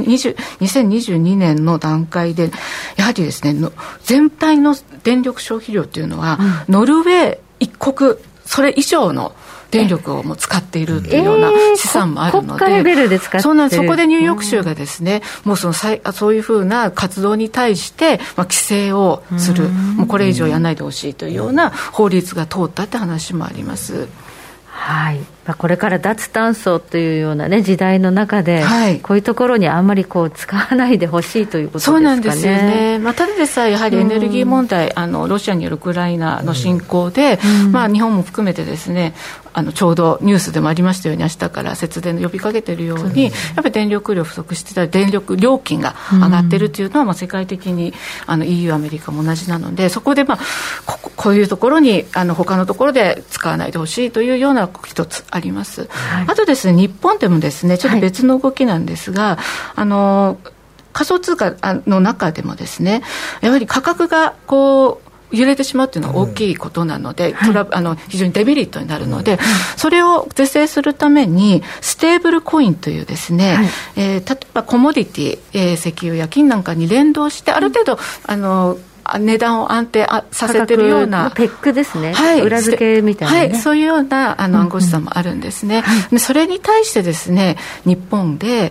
2022年の段階でやはりですね、全体の電力消費量というのは、ノルウェー一国それ以上の電力をもう使っているというような試算もあるので、 国家レベルで使っている。 そうなんです。そこでニューヨーク州がですね、もうそういうふうな活動に対して規制をする、もうこれ以上やらないでほしいというような法律が通ったって話もあります。 はい。これから脱炭素というような、時代の中で、こういうところにあんまり使わないでほしいということですかね。 そうなんですよね。ただでさえやはりエネルギー問題、ロシアによるウクライナの侵攻で、日本も含めてですね、ちょうどニュースでもありましたように、明日から節電呼びかけているように、やっぱり電力量不足してたり、電力料金が上がっているというのは、世界的にEU、アメリカも同じなので、そこでこういうところに他のところで使わないでほしいというような一つあります、あとですね、日本でもですね、ちょっと別の動きなんですが、仮想通貨の中でもですね、やはり価格が揺れてしまうというのは大きいことなので、非常にデメリットになるので、それを是正するためにステーブルコインというですね、例えばコモディティ、石油や金なんかに連動して、ある程度値段を安定させているようなペックですね、裏付けみたいな、 そういうような暗号資産もあるんですね、でそれに対してですね、日本で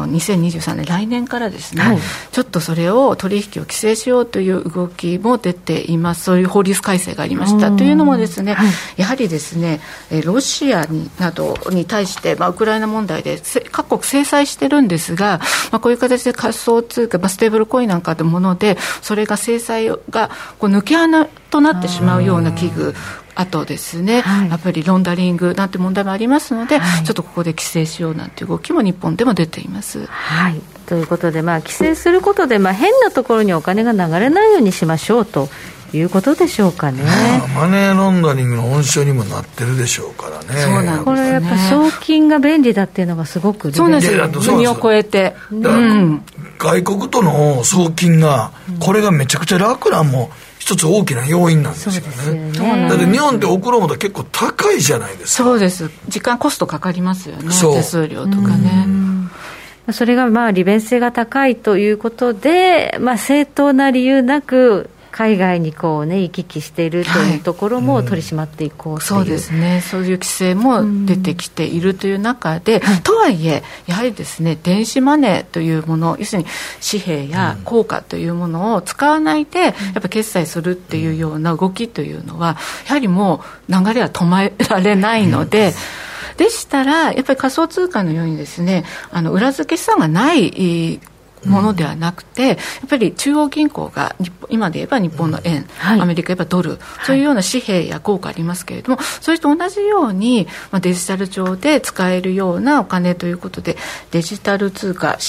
2023年来年からですね、ちょっとそれを取引を規制しようという動きも出ています。そういう法律改正がありましたというのもですね、やはりですね、ロシアなどに対して、ウクライナ問題で各国制裁してるんですが、こういう形で仮想通貨、ステーブルコインなんかのもので、それが制裁が抜け穴となってしまうような器具、あとですね、やっぱりロンダリングなんて問題もありますので、ちょっとここで規制しようなんていう動きも日本でも出ています。 はい、ということで、規制することで、変なところにお金が流れないようにしましょうということでしょうかね。 マネーロンダリングの温床にもなってるでしょうからね。 そうなんですね。 これやっぱ送金が便利だっていうのがすごくそうなんですよ。国を超えて、 外国との送金が、これがめちゃくちゃ楽なんも一つ大きな要因なんですよね。だって日本って送ろうもと結構高いじゃないですか。 そうです。時間コストかかりますよね。手数料とかね。 それが利便性が高いということで、正当な理由なく海外に行き来しているというところも取り締まっていこうという、 そうですね、そういう規制も出てきているという中で、とはいえやはりですね、電子マネーというもの、要するに紙幣や硬貨というものを使わないでやっぱ決済するっていうような動きというのは、やはりもう流れは止められないので、でしたらやっぱり仮想通貨のようにですね、裏付け資産がないものではなくて、やっぱり中央銀行が今で言えば日本の円、アメリカで言えばドル、そういうような紙幣や硬貨ありますけれども、それと同じように、デジタル上で使えるようなお金ということで、デジタル通貨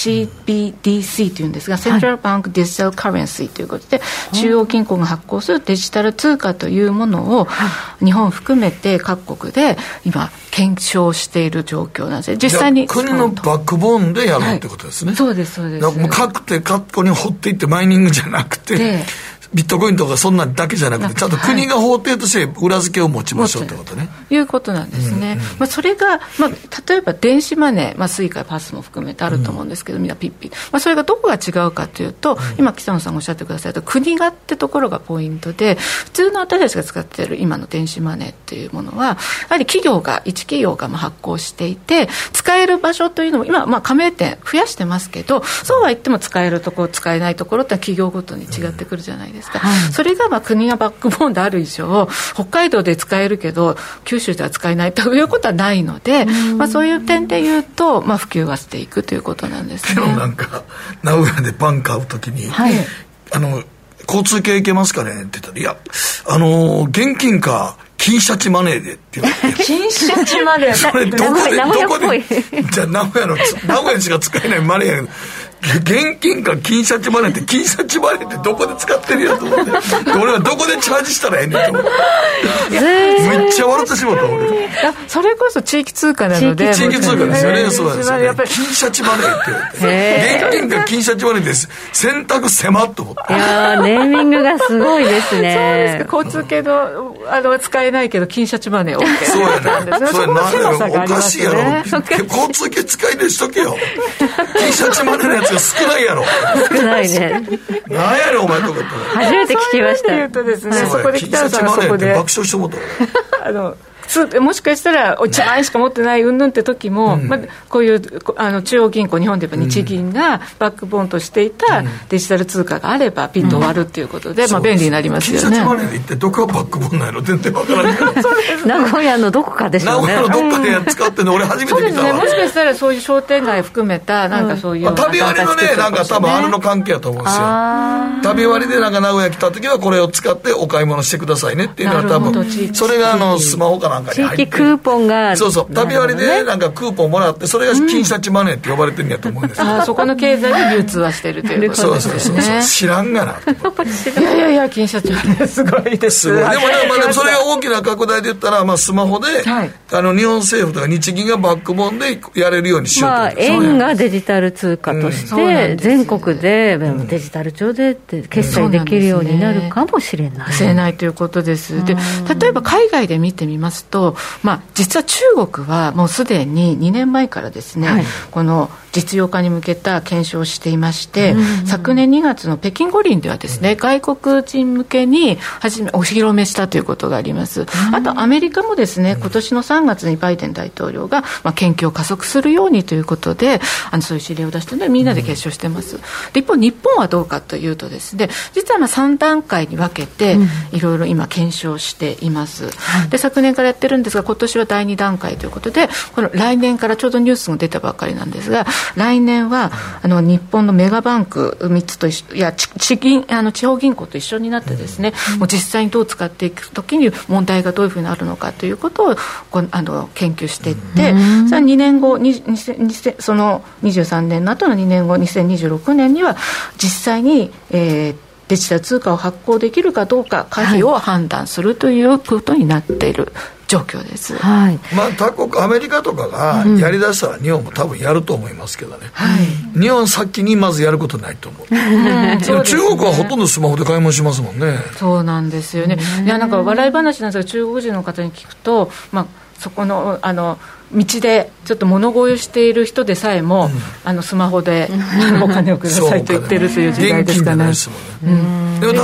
CBDC というんですが、セントラルバンクデジタルカレンシーということで、中央銀行が発行するデジタル通貨というものを、日本含めて各国で今検証している状況なんです。実際に国のバックボーンでやるってことですね。 そうですそうです。 もう各個に掘っていってマイニングじゃなくて、ビットコインとかそんなだけじゃなくて、ちゃんと国が法定として裏付けを持ちましょうってことね。 いうことなんですね。それが、例えば電子マネー、スイカパスも含めてあると思うんですけど、みんなピッピ、それがどこが違うかというと、今北野さんがおっしゃってくださった国がってところがポイントで、普通の私たちが使っている今の電子マネーっていうものは、やはり一企業が発行していて、使える場所というのも今、加盟店増やしてますけど、そうは言っても使えるところ使えないところって企業ごとに違ってくるじゃないですか。それが国がバックボーンである以上、北海道で使えるけど九州では使えないということはないので、そういう点で言うと、普及はしていくということなんですね。 でもなんか名古屋でパン買うときに、交通系行けますかねって言ったら、いや現金か金シャチマネーでって言われて金シャチマネーそれどこでじゃあ名古屋しか使えないマネーやけど、現金か金シャチマネーって、金シャチマネーってどこで使ってるやと思って俺はどこでチャージしたらええねんと思ってめっちゃ笑ってしまった俺。 それこそ地域通貨なので、 地域通貨ですよね。そうなんですよね。やっぱり金シャチマネーって言われて、現金か金シャチマネーです、選択狭っと思って。 いやネーミングがすごいですね。 そうですか。交通系の使えないけど金シャチマネー OK そうやね。それなんやろ、おかしいやろ。 交通系使いでしとけよ。金シャチマネーのやつが少ないやろ。 少ないね。 なんやねんお前とかって。 初めて聞きました。 言うとですね、そこで北野さんがそこで爆笑してもったもしかしたら1万円しか持ってないうんぬんって時も、こういう中央銀行、日本で言えば日銀がバックボーンとしていたデジタル通貨があればピンと終わるっていうことで、便利になりますよね。 金シャチマネーで一体どこがバックボーンなんやろ、全然わからない名古屋のどこかでしょうね。 名古屋のどっかで使ってるの俺初めて見たわ。そうですね。 もしかしたらそういう商店街含めたなんかそういう旅割のね、なんか多分あれの関係だと思うんですよ。旅割でなんか名古屋来た時はこれを使ってお買い物してくださいねっていうのは多分それがスマホかなんかに入ってる。 地域クーポンがそう旅割でなんかクーポンもらって、それが金シャチマネーって呼ばれてるんやと思うんですよ。 そこの経済で流通はしてるということですね。 そう知らんがな。 いや金シャチマネーすごいです。 でもそれが大きな拡大で言ったら、スマホで、日本政府とか日銀がバックボーンでやれるようにしようと、 円がデジタル通貨として、全国でデジタル上で決済できるようになるかもしれないということです。で、例えば海外で見てみますと、実は中国はもうすでに2年前からですね、この実用化に向けた検証をしていまして、昨年2月の北京五輪ではですね、外国人向けにお披露目したということがあります。あとアメリカもですね、今年の3月にバイデン大統領が研究を加速するようにということで、そういう指令を出しているのでみんなで決勝してます。で、一方日本はどうかというとですね、実は3段階に分けていろいろ今検証しています。で、昨年からやってるんですが、今年は第2段階ということで、この来年からちょうどニュースが出たばっかりなんですが、来年は日本のメガバンク3つと地方銀行と一緒になってですね、もう実際にどう使っていくときに問題がどういうふうになるのかということを研究していって、それ2年後その23年の後の2年後2026年には実際に、デジタル通貨を発行できるかどうか可否を判断するということになっている状況です。 他国アメリカとかがやりだしたら日本も多分やると思いますけどね、日本先にまずやることないと思う。中国はほとんどスマホで買い物しますもんね。 そうなんですよね。いや、なんか笑い話なんですが、中国人の方に聞くと、そこの道でちょっと物乞いをしている人でさえも、スマホでお金をくださいと言ってるという時代ですかね。 現金じゃないですもんね。でもただ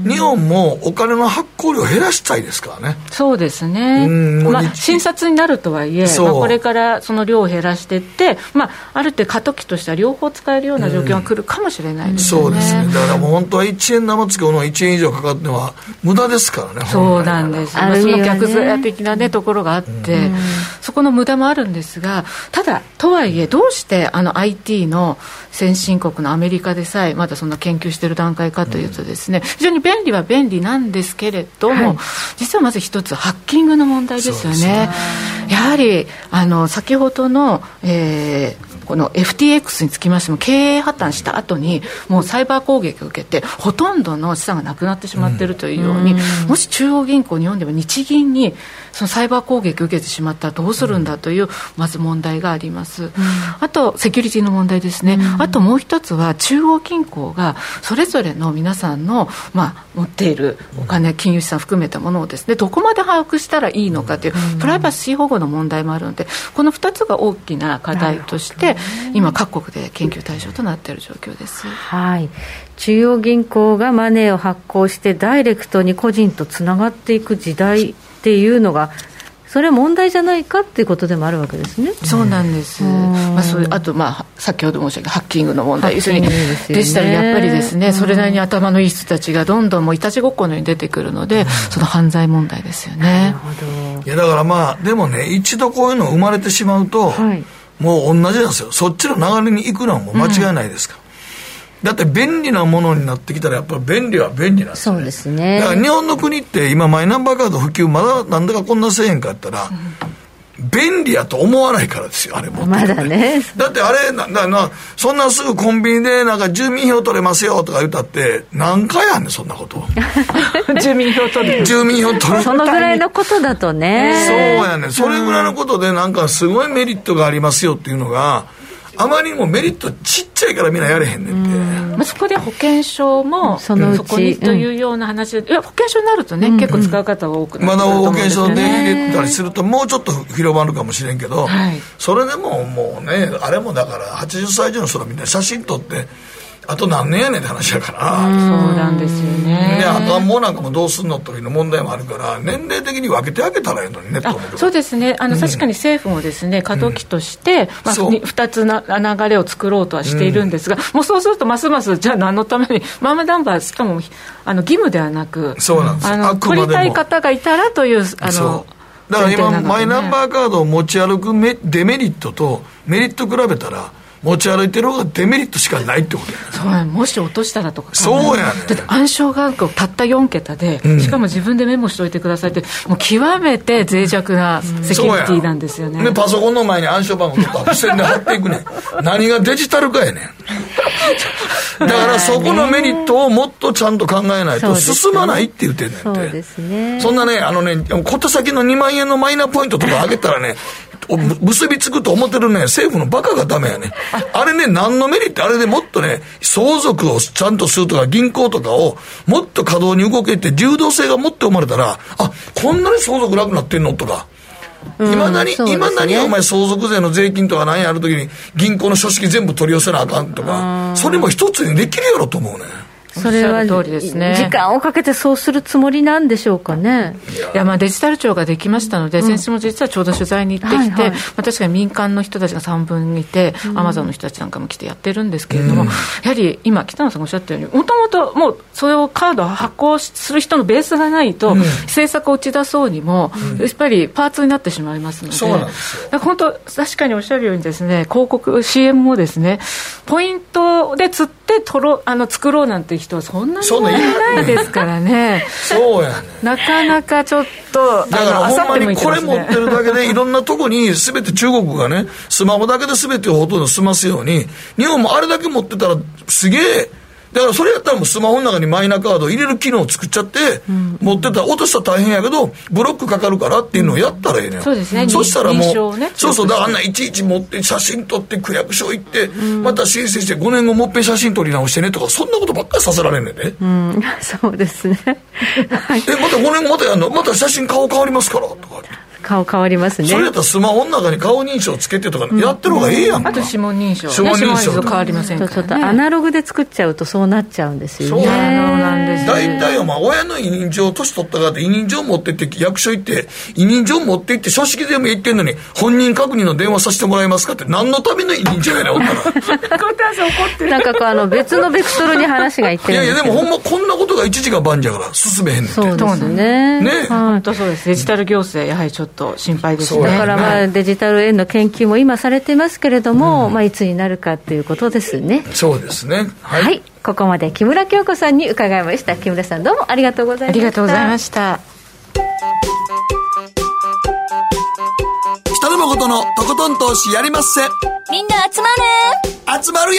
日本もお金の発行量を減らしたいですからね。 そうですね、診察になるとはいえ、これからその量を減らしていって、ある程度過渡期としては両方使えるような状況が来るかもしれないですよね。 そうですね。だからもう本当は1円玉使うのは1円以上かかってのは無駄ですからね。 そうなんです、その逆ずや的な、ところがあって、そこの無駄もあるんですが、ただとはいえどうしてIT の先進国のアメリカでさえまだそんな研究している段階かというとですね、非常に便利は便利なんですけれども、実はまず一つハッキングの問題ですよね。やはり先ほどの、この FTX につきましても経営破綻した後にもうサイバー攻撃を受けてほとんどの資産がなくなってしまっているというように、もし中央銀行、日本でも日銀にそのサイバー攻撃を受けてしまったらどうするんだというまず問題があります。あとセキュリティの問題ですね。あともう一つは中央銀行がそれぞれの皆さんの、持っているお金、金融資産含めたものをですね、どこまで把握したらいいのかというプライバシー保護の問題もあるので、この2つが大きな課題として今各国で研究対象となっている状況です。 はい、中央銀行がマネーを発行してダイレクトに個人とつながっていく時代っていうのが、それは問題じゃないかっていうことでもあるわけですね。 そうなんです。そういうあと、先ほど申し上げたハッキングの問題、要するにデジタルやっぱりですね、それなりに頭のいい人たちがどんどんもういたちごっこのように出てくるので、その犯罪問題ですよね。 なるほど。 いやだからでもね、一度こういうの生まれてしまうと、もう同じなんですよ。そっちの流れに行くのはもう間違いないですから。だって便利なものになってきたらやっぱり便利は便利なんですよね。 そうですね。 だから日本の国って今マイナンバーカード普及まだなんだかこんなせえへんかったら、便利やと思わないからですよ、あれも。 まだね。 だってあれそんなすぐコンビニでなんか住民票取れますよとか言ったって何回やんねんそんなこと住民票取るそのぐらいのことだとね。 そうやねん。それぐらいのことでなんかすごいメリットがありますよっていうのがあまりにもメリットちっちゃいからみんなやれへんねんって。 そこで保険証もそこにというような話で、保険証になるとね、結構使う方が多くなってくると思うんですよね。 まだ保険証で入れたりするともうちょっと広まるかもしれんけど、それでももうね、あれもだから80歳以上の人がみんな写真撮ってあと何年やねんって話やから。 そうなんですよね。 赤ん坊なんかもどうすんのというの問題もあるから、年齢的に分けてあげたらいいのにねと思うけど。 そうですね。確かに政府もですね、過渡期として、2つ流れを作ろうとはしているんですが、もうそうするとますますじゃあ何のためにマイナンバーしかも義務ではなく、 そうなんですよ。 取りたい方がいたらというだから今マイナンバーカードを持ち歩くデメリットとメリット比べたら持ち歩いてる方がデメリットしかないってことそうや、もし落としたらとか。 そうやね。 だって暗証番号たった4桁で、しかも自分でメモしておいてくださいって、もう極めて脆弱なセキュリティなんですよね。 でパソコンの前に暗証番号とか付箋で貼っていくねん何がデジタルかやねんだからそこのメリットをもっとちゃんと考えないと進まないって言ってんねんって。 そうですね。 そんなね、小手先の2万円のマイナポイントとか上げたらね結びつくと思ってるね政府のバカがダメやね。あれね、何のメリット、あれでもっとね相続をちゃんとするとか銀行とかをもっと稼働に動けて柔道性がもっと生まれたら、こんなに相続楽になってんのとか、今何お前相続税の税金とか何やるときに銀行の書式全部取り寄せなあかんとか、それも一つにできるやろと思うね。 それは時間をかけてそうするつもりなんでしょうかね。 いや、デジタル庁ができましたので、先週も実はちょうど取材に行ってきて、確かに民間の人たちが3分いて、アマゾンの人たちなんかも来てやってるんですけれども、やはり今北野さんがおっしゃったように、もともともうそれをカードを発行する人のベースがないと、政策を打ち出そうにもやっぱりパーツになってしまいますので、 そうなんですよ。 だから本当確かにおっしゃるようにですね、広告 CM もですね、ポイントで釣って作ろうなんて人はそんなにいないですからねそうやね。 なかなかちょっとだからほんまにこれ持ってるだけでいろんなとこに全て中国がねスマホだけで全てをほとんど済ますように、日本もあれだけ持ってたらすげえ。だからそれやったらもうスマホの中にマイナカードを入れる機能を作っちゃって、持ってたら落としたら大変やけどブロックかかるからっていうのをやったらいいね。 そうですね。 そしたらもう、 ね、 そうだからあんないちいち持って写真撮って区役所行って、また申請して5年後もっぺん写真撮り直してねとか、そんなことばっかりさせられんねんね。 そうですねまた5年後またやんの、また写真顔変わりますからとか顔変わりますね。 それやったらスマホの中に顔認証つけてとかやってる方がええやんか、 あと指紋認証、 指紋認証変わりませんからね。 ちょっとアナログで作っちゃうとそうなっちゃうんですよね。 そうなんですね。 大体は親の委任状、年取ったからって委任状持ってって役所行って委任状持って行って書式でも言ってんのに本人確認の電話させてもらえますかって何のための委任状やねん、おったらなんか別のベクトルに話がいってるんですけど、 いやでもほんまこんなことが一時が万事やから進めへんねんって。 そうですね。 本当そうです。デジタル行政やはりちょっと心配ですね。 だからデジタル円の研究も今されてますけれども、いつになるかということですね。 そうですね。 はい。ここまで木村京子さんに伺いました。木村さんどうもありがとうございました。 ありがとうございました。 北野誠のとことん投資やりまっせ。 みんな集まる。 集まるよ。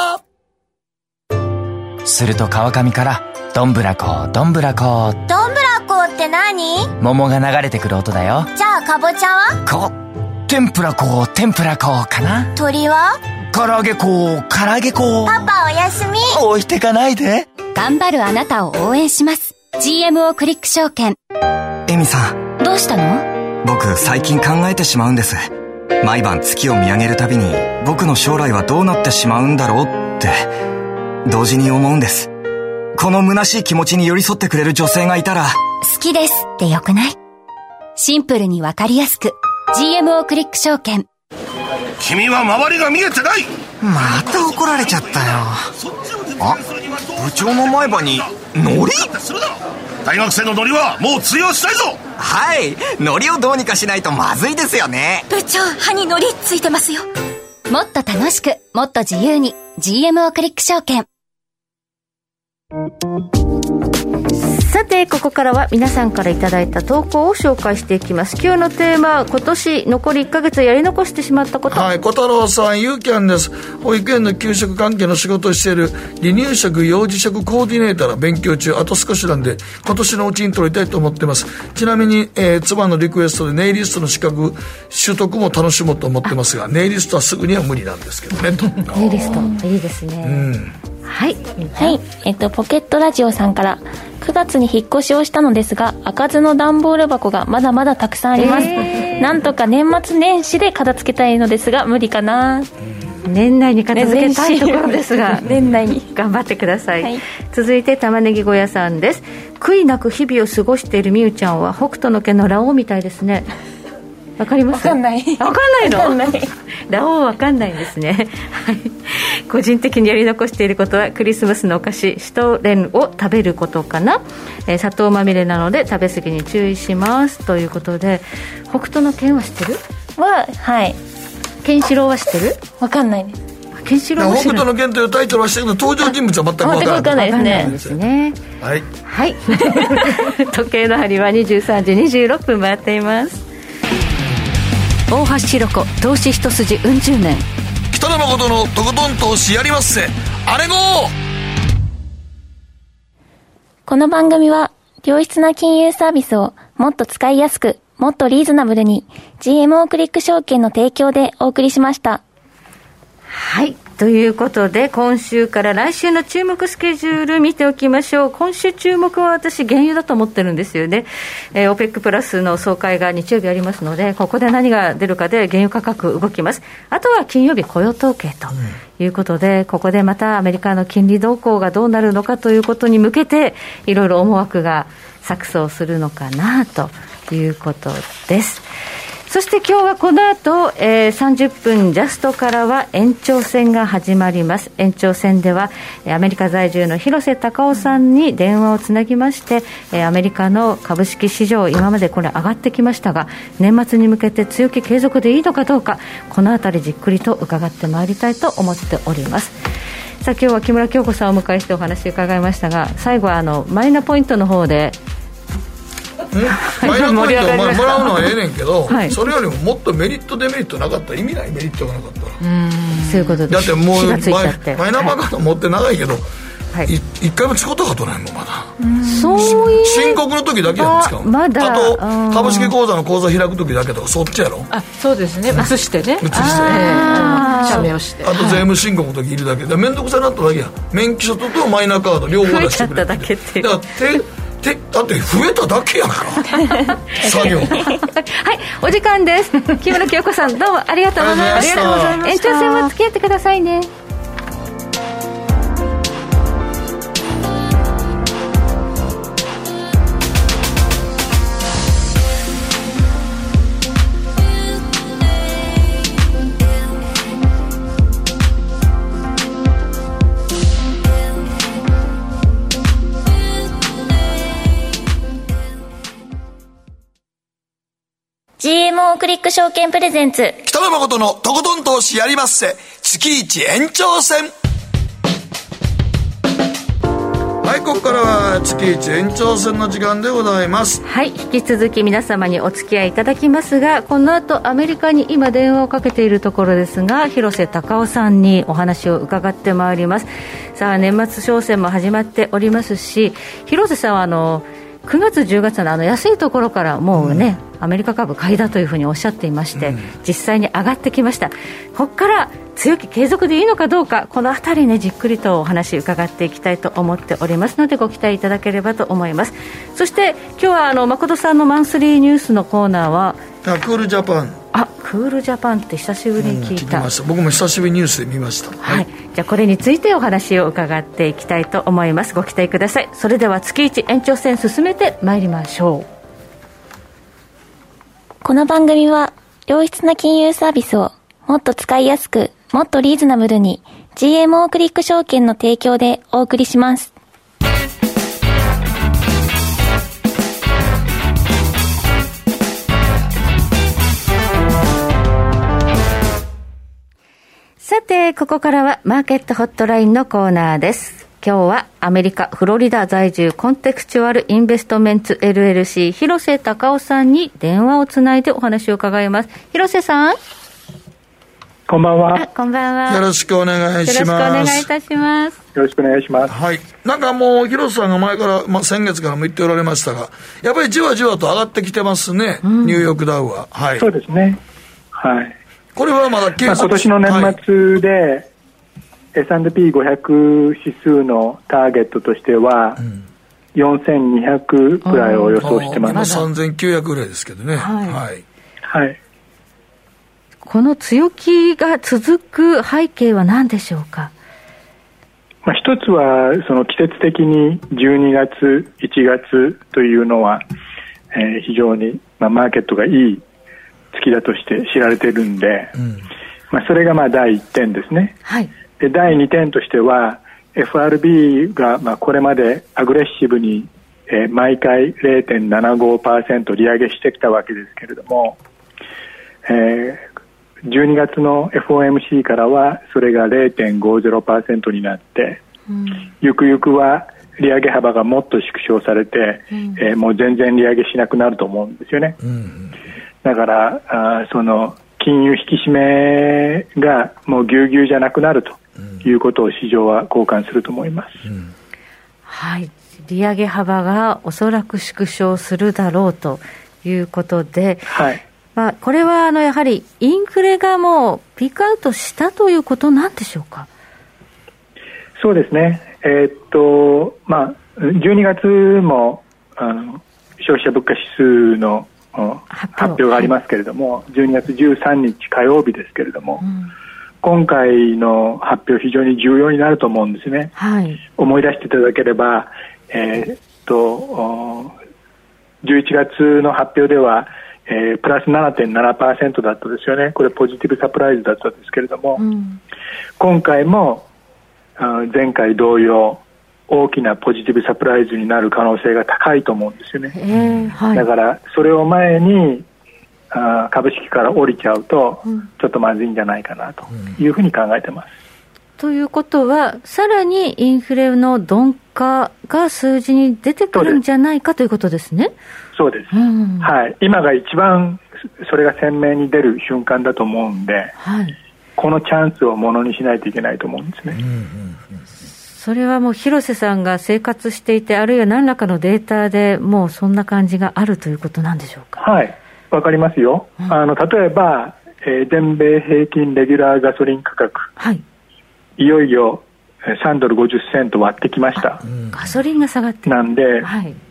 すると川上からどんぶらこどんぶらこ。 どんぶらこって何？ 桃が流れてくる音だよ。 じゃあかぼちゃは？ 天ぷらこ天ぷらこかな。 鳥は？ 唐揚げこ唐揚げこ。 パパおやすみ。 置いてかないで。 頑張るあなたを応援します。 GMO クリック証券。 エミさん、 どうしたの？ 僕最近考えてしまうんです。毎晩月を見上げるたびに僕の将来はどうなってしまうんだろうって同時に思うんです。この虚しい気持ちに寄り添ってくれる女性がいたら。 好きですってよくない？シンプルにわかりやすく GMO クリック証券。 君は周りが見えてない。 また怒られちゃったよ。あ、部長の前歯にノリ？ 大学生のノリはもう通用したいぞ。 はい、ノリをどうにかしないとまずいですよね。 部長、歯にノリついてますよ。もっと楽しく、もっと自由に GMO クリック証券。 さてここからは皆さんからいただいた投稿を紹介していきます。今日のテーマ、今年残り1ヶ月やり残してしまったこと。 はい、小太郎さん、ゆうきゃんです。保育園の給食関係の仕事をしている離乳食幼児食コーディネーターの勉強中、あと少しなんで今年のうちに取りたいと思ってます。ちなみに、妻のリクエストでネイリストの資格取得も楽しもうと思ってますが、ネイリストはすぐには無理なんですけどねと。 ネイリストいいですね。はい、 はい、ポケットラジオさんから、9月に引っ越しをしたのですが開かずの段ボール箱がまだまだたくさんあります。なんとか年末年始で片付けたいのですが無理かな。 年内に片付けたいところですが年内に頑張ってください、 はい、 続いて玉ねぎ小屋さんです。悔いなく日々を過ごしているみゆちゃんは北斗の拳のラオウみたいですね。わかります？ わかんない。 わかんないの？わかんない。ラオウわかんないんですね。はい。個人的にやり残していることはクリスマスのお菓子シュトレンを食べることかな。砂糖まみれなので食べ過ぎに注意しますということで、北斗の拳は知ってる？ はい。 ケンシロウは知ってる？ わかんないです。 ケンシロウは知北斗の拳というタイトルは知ってるけど登場人物は全くわからないですね。 はい。 はい。時計の針は23時26分回っています。大橋ひろ子投資一筋うん十年。 北野誠のとことん投資やりまっせ。あれごー。 この番組は良質な金融サービスをもっと使いやすくもっとリーズナブルに GMO クリック証券の提供でお送りしました。 はい、ということで今週から来週の注目スケジュール見ておきましょう。今週注目は私原油だと思ってるんですよね。OPEC プラスの総会が日曜日ありますので、ここで何が出るかで原油価格動きます。あとは金曜日雇用統計ということで、ここでまたアメリカの金利動向がどうなるのかということに向けていろいろ思惑が錯綜するのかなということです。そして今日はこの後、30分ジャストからは延長戦が始まります。延長戦ではアメリカ在住の広瀬隆夫さんに電話をつなぎまして、アメリカの株式市場今までこれ上がってきましたが年末に向けて強気継続でいいのかどうか、このあたりじっくりと伺ってまいりたいと思っております。さあ今日は木村京子さんをお迎えしてお話を伺いましたが、最後はマイナポイントの方でマイナポイントをもらうのはええねんけど、 はい、 それよりももっとメリットデメリットなかったら意味ない。メリットがなかったらそういうことです。 だってもうマイナバカード持って長いけど、 はい、 1回も使ったことないもんまだ。 そういう申告の時だけやん使う。 まだあと株式口座の口座開く時だけとかそっちやろ。 あ、そうですね。移してね。社名をして。 あと税務申告の時いるだけで面倒くさいなっただけや。免許証とマイナカード両方出してくれるだけって。だからだって増えただけやんか作業はい、 お時間です。木村清子さん、どうもありがとうございました。延長戦は付き合ってくださいね。 GMO クリック証券プレゼンツ北野誠のとことん投資やりまっせ月一延長戦。 はい、ここからは月一延長戦の時間でございます。 はい、引き続き皆様にお付き合いいただきますが、この後アメリカに今電話をかけているところですが、広瀬隆夫さんにお話を伺ってまいります。さあ、年末商戦も始まっておりますし、広瀬さんは9月10月の安いところからもうね、アメリカ株買いだというふうにおっしゃっていまして、実際に上がってきました。ここから強気継続でいいのかどうか、このあたりね、じっくりとお話伺っていきたいと思っておりますので、ご期待いただければと思います。そして今日は誠さんのマンスリーニュースのコーナーはクールジャパン。 クールジャパンって久しぶりに聞いた、 聞きました。僕も久しぶりにニュースで見ました。 はい、じゃあこれについてお話を伺っていきたいと思います。ご期待ください。それでは月一延長戦進めてまいりましょう。 この番組は良質な金融サービスをもっと使いやすく、もっとリーズナブルに GMO クリック証券の提供でお送りします。 さて、ここからはマーケットホットラインのコーナーです。今日はアメリカフロリダ在住コンテクチュアルインベストメンツ LLC 広瀬隆夫さんに電話をつないでお話を伺います。広瀬さん、 こんばんは。 こんばんは。 よろしくお願いします。 よろしくお願いいたします。 よろしくお願いします。 はい。なんかもう広瀬さんが前から、先月からも言っておられましたが、やっぱりじわじわと上がってきてますね、ニューヨークダウは。はい。 そうですね。はい。 これはまだ今年の年末で、S&P500 指数のターゲットとしては、4200くらいを予想してます。 3900ぐらいですけどね。はい。 はい。 この強気が続く背景は何でしょうか。 一つはその季節的に12月1月というのは、非常に、マーケットがいい月だとして知られているんで、それが第1点ですね。 はい。 で、第2点としては FRB がこれまでアグレッシブに、毎回 0.75% 利上げしてきたわけですけれども、12月の FOMC からはそれが 0.50% になって、ゆくゆくは利上げ幅がもっと縮小されて、もう全然利上げしなくなると思うんですよね。だからその金融引き締めがもうぎゅうぎゅうじゃなくなるということを市場は交換すると思います。 はい、利上げ幅がおそらく縮小するだろうということで、 はい、 これはやはりインフレがもうピークアウトしたということなんでしょうか。 そうですね。12月も消費者物価指数の発表がありますけれども、12月13日火曜日ですけれども、今回の発表非常に重要になると思うんですね。 はい、 思い出していただければ、11月の発表では、プラス 7.7% だったですよね。これポジティブサプライズだったんですけれども、今回も前回同様大きなポジティブサプライズになる可能性が高いと思うんですよね。 はい、 だからそれを前に株式から降りちゃうとちょっとまずいんじゃないかなというふうに考えてます。 ということはさらにインフレの鈍化が数字に出てくるんじゃないかということですね。 そうです、はい、今が一番それが鮮明に出る瞬間だと思うんで、 はい、 このチャンスをものにしないといけないと思うんですね。 それはもう広瀬さんが生活していて、あるいは何らかのデータでもうそんな感じがあるということなんでしょうか。 はい、わかりますよ。例えば、全米平均レギュラーガソリン価格、 はい、 いよいよ3ドル50セント割ってきました。 ガソリンが下がってなんで、 はい、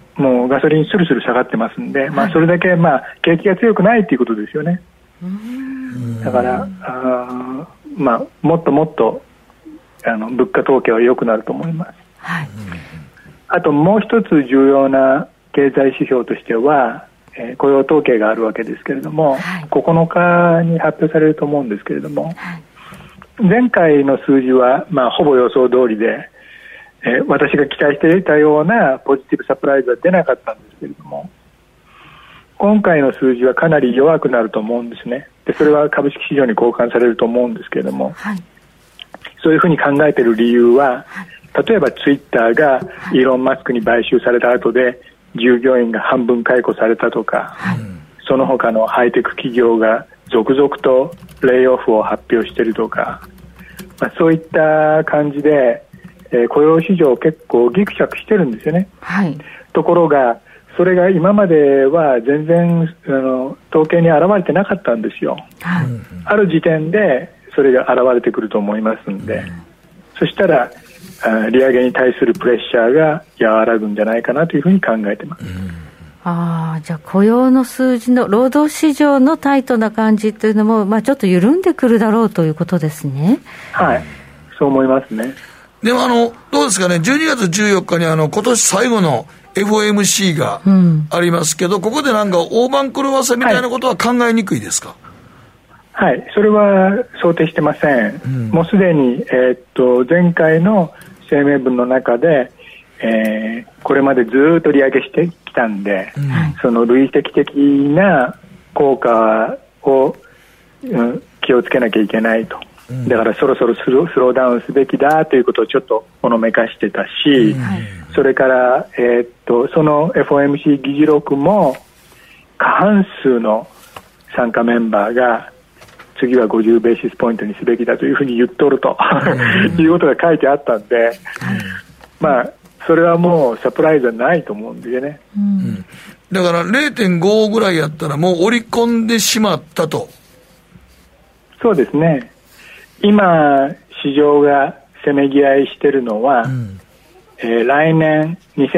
もうガソリンスルスル下がってますんで、それだけ景気が強くないということですよね。だからもっともっと物価統計は良くなると思います。あともう一つ重要な経済指標としては、雇用統計があるわけですけれども、9日に発表されると思うんですけれども、前回の数字はほぼ予想通りで、私が期待していたようなポジティブサプライズは出なかったんですけれども、今回の数字はかなり弱くなると思うんですね。でそれは株式市場に交換されると思うんですけれども、そういうふうに考えている理由は、例えばツイッターがイーロン・マスクに買収された後で従業員が半分解雇されたとか、その他のハイテク企業が続々とレイオフを発表しているとか、そういった感じで、雇用市場結構ギクシャクしてるんですよね。ところがそれが今までは全然統計に現れてなかったんですよ。ある時点でそれが現れてくると思いますんで、そしたら利上げに対するプレッシャーが和らぐんじゃないかなというふうに考えてます。 じゃあ雇用の数字の労働市場のタイトな感じというのも、ちょっと緩んでくるだろうということですね。 そう思いますね。 でもどうですかね、12月14日に今年最後の FOMC がありますけど、ここでなんか大番狂わせみたいなことは考えにくいですか？ それは想定してません。もうすでに、前回の声明文の中で、これまでずっと利上げしてきたんで、その累積的な効果を、気をつけなきゃいけないと。だからそろそろスローダウンすべきだということをちょっとほのめかしてたし、それから、その FOMC 議事録も過半数の参加メンバーが次は50ベーシスポイントにすべきだというふうに言っとるということが書いてあったんで、それはもうサプライズはないと思うんですよね。 だから 0.5 ぐらいやったらもう織り込んでしまったと。 そうですね。今市場がせめぎ合いしているのは、来年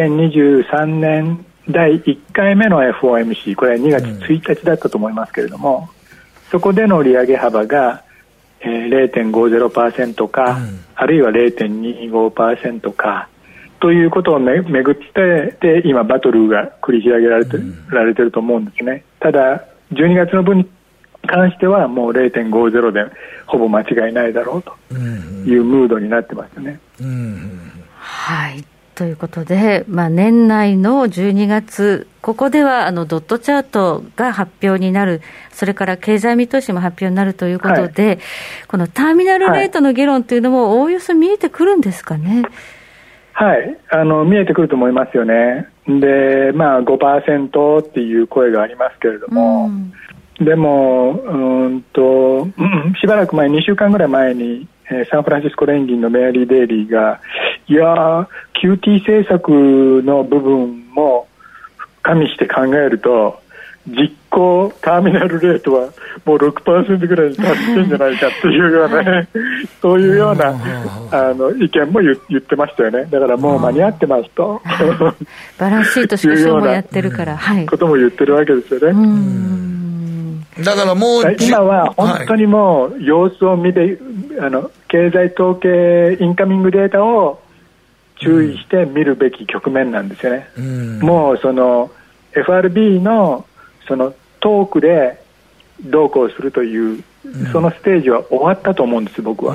2023年第1回目の FOMC、 これは2月1日だったと思いますけれども、そこでの利上げ幅が、0.50% か、あるいは 0.25% かということをめぐってで今バトルが繰り広げられてると思うんですね。ただ12月の分に関してはもう 0.50 でほぼ間違いないだろうというムードになってますね。 ということで、年内の12月、ここではドットチャートが発表になる、それから経済見通しも発表になるということで、このターミナルレートの議論というのもおおよそ見えてくるんですかね。 見えてくると思いますよね。で、5% っていう声がありますけれども、でもしばらく前、2週間ぐらい前にサンフランシスコ連銀のメアリー・デイリーが、いや QT 政策の部分も加味して考えると実行ターミナルレートはもう 6% ぐらいに達してるんじゃないかっていうようなねそういうような意見も言ってましたよね。だからもう間に合ってますとバランスシート縮小もやってるからことも言ってるわけですよね。 だからもう今は本当にもう様子を見て、経済統計インカミングデータを注意して見るべき局面なんですよね。もうその FRB のそのトークでどうこうするというそのステージは終わったと思うんです、僕は。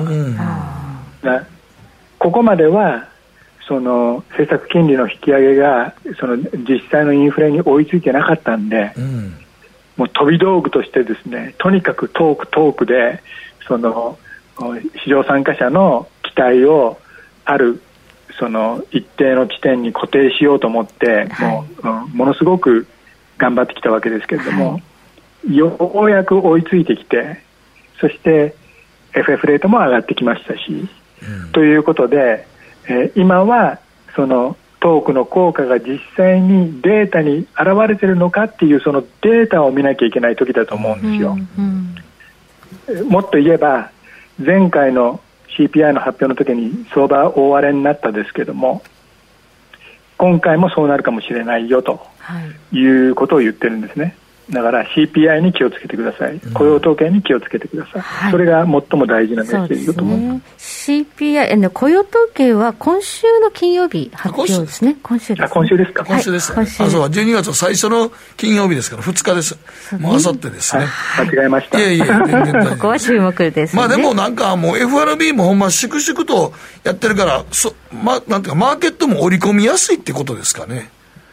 ここまではその政策金利の引き上げがその実際のインフレに追いついてなかったんで、もう飛び道具としてですね、とにかくトークでその市場参加者の期待をあるその一定の地点に固定しようと思って、ものすごく頑張ってきたわけですけれども、ようやく追いついてきて、そして FF レートも上がってきましたし、ということで、今はそのトークの効果が実際にデータに現れているのかっていうそのデータを見なきゃいけない時だと思うんですよ。もっと言えば前回の CPI の発表の時に相場大荒れになったですけども、 今回もそうなるかもしれないよということを言ってるんですね。だから CPI に気をつけてください、雇用統計に気をつけてください、はい、それが最も大事なメッセージだと思います。 CPI 雇用統計は今週の金曜日発表ですね。今週ですね。 今週ですか。 今週です、はい、そう12月の最初の金曜日ですから2日です。もうあさってですね、 はい、間違えました。 いえ全然大丈夫。 ここは注目ですね。 でもなんかもう FRB もほんま粛々とやってるからなんていうかマーケットも織り込みやすいってことですかね。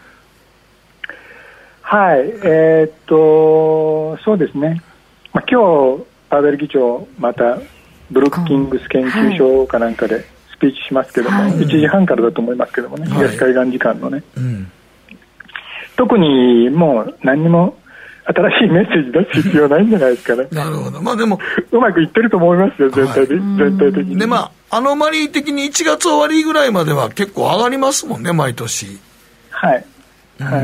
はい、そうですね、今日パウエル議長またブルッキングス研究所かなんかでスピーチしますけども、はい、1時半からだと思いますけどもね、東海岸時間のね、特にもう何にも新しいメッセージ出す必要ないんじゃないですかね。 なるほど。でもうまくいってると思いますよ、全体的に。 でアノマリー的に1月終わりぐらいまでは結構上がりますもんね、毎年。 はい、はい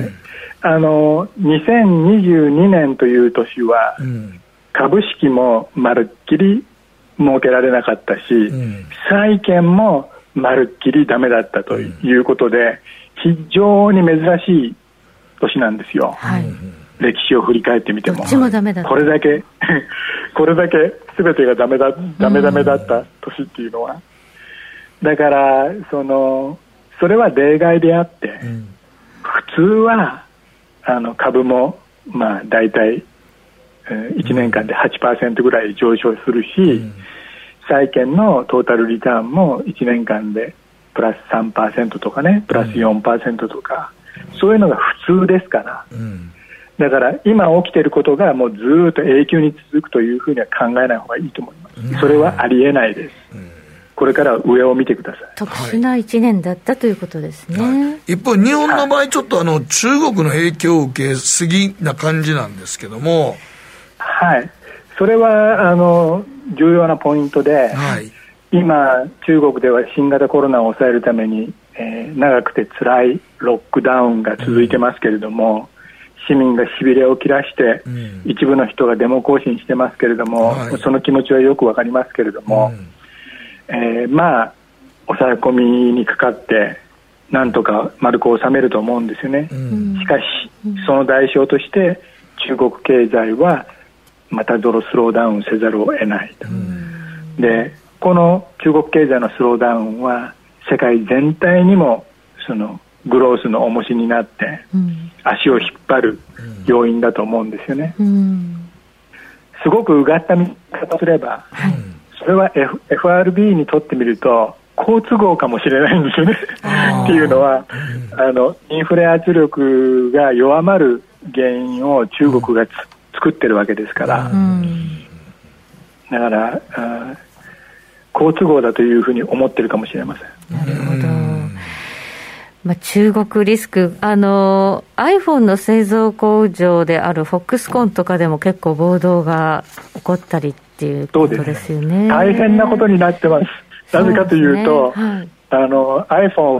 。2022年という年は、株式もまるっきり儲けられなかったし、債券もまるっきりダメだったということで、非常に珍しい年なんですよ、はい、歴史を振り返ってみても。 どっちもダメだった。 これだけ全てがダメだった年っていうのは、だからそれは例外であって、普通は株もだいたい1年間で 8% ぐらい上昇するし、債券のトータルリターンも1年間でプラス 3% とかね、プラス 4% とか、そういうのが普通ですから、だから今起きていることがもうずっと永久に続くというふうには考えない方がいいと思います。それはありえないです。これから上を見てください。 特殊な1年だったということですね、はい、 一方日本の場合ちょっと中国の影響を受けすぎな感じなんですけども、 はい、それは重要なポイントで、はい、今中国では新型コロナを抑えるために、長くて辛いロックダウンが続いてますけれども、市民がしびれを切らして、一部の人がデモ行進してますけれども、はい、その気持ちはよくわかりますけれども、抑え込みにかかってなんとか丸く収めると思うんですよね、しかしその代償として中国経済はまたスローダウンせざるを得ないと、でこの中国経済のスローダウンは世界全体にもそのグロースの重しになって、足を引っ張る要因だと思うんですよね、すごくうがった見方をすれば、それは、FRB にとってみると好都合かもしれないんですよねっていうのはインフレ圧力が弱まる原因を中国が作ってるわけですから、だから好都合だというふうに思ってるかもしれません。 なるほど。中国リスクiPhone の製造工場であるフォックスコンとかでも結構暴動が起こったりっていうことですよね。 大変なことになってます。なぜかというと、iPhone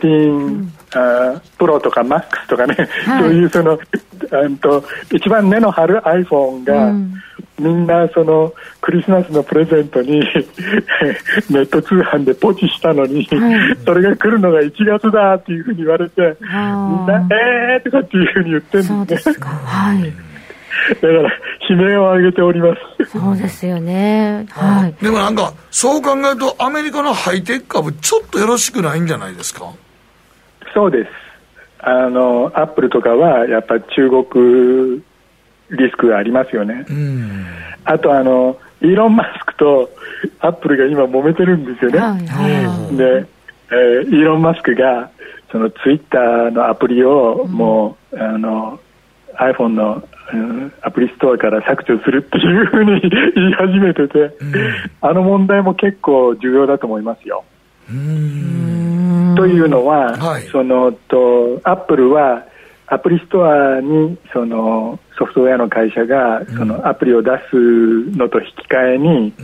14、プロとか Max とかね、そういう一番根の張る iPhone が、みんなクリスマスのプレゼントにネット通販でポチしたのに、それが来るのが1月だっていうふうに言われて、みんなとかっていうふうに言ってるんですね。だから悲鳴を上げております。 そうですよね、 でもなんかそう考えるとアメリカのハイテク株ちょっとよろしくないんじゃないですか。 そうです。アップルとかはやっぱり中国リスクがありますよね。あとイーロン・マスクとアップルが今揉めてるんですよね、で、イーロン・マスクがそのツイッターのアプリをもう、iPhone のアプリストアから削除するっていうふうに言い始めてて、問題も結構重要だと思いますよ。というのは、アップルはアプリストアにそのソフトウェアの会社がそのアプリを出すのと引き換えに、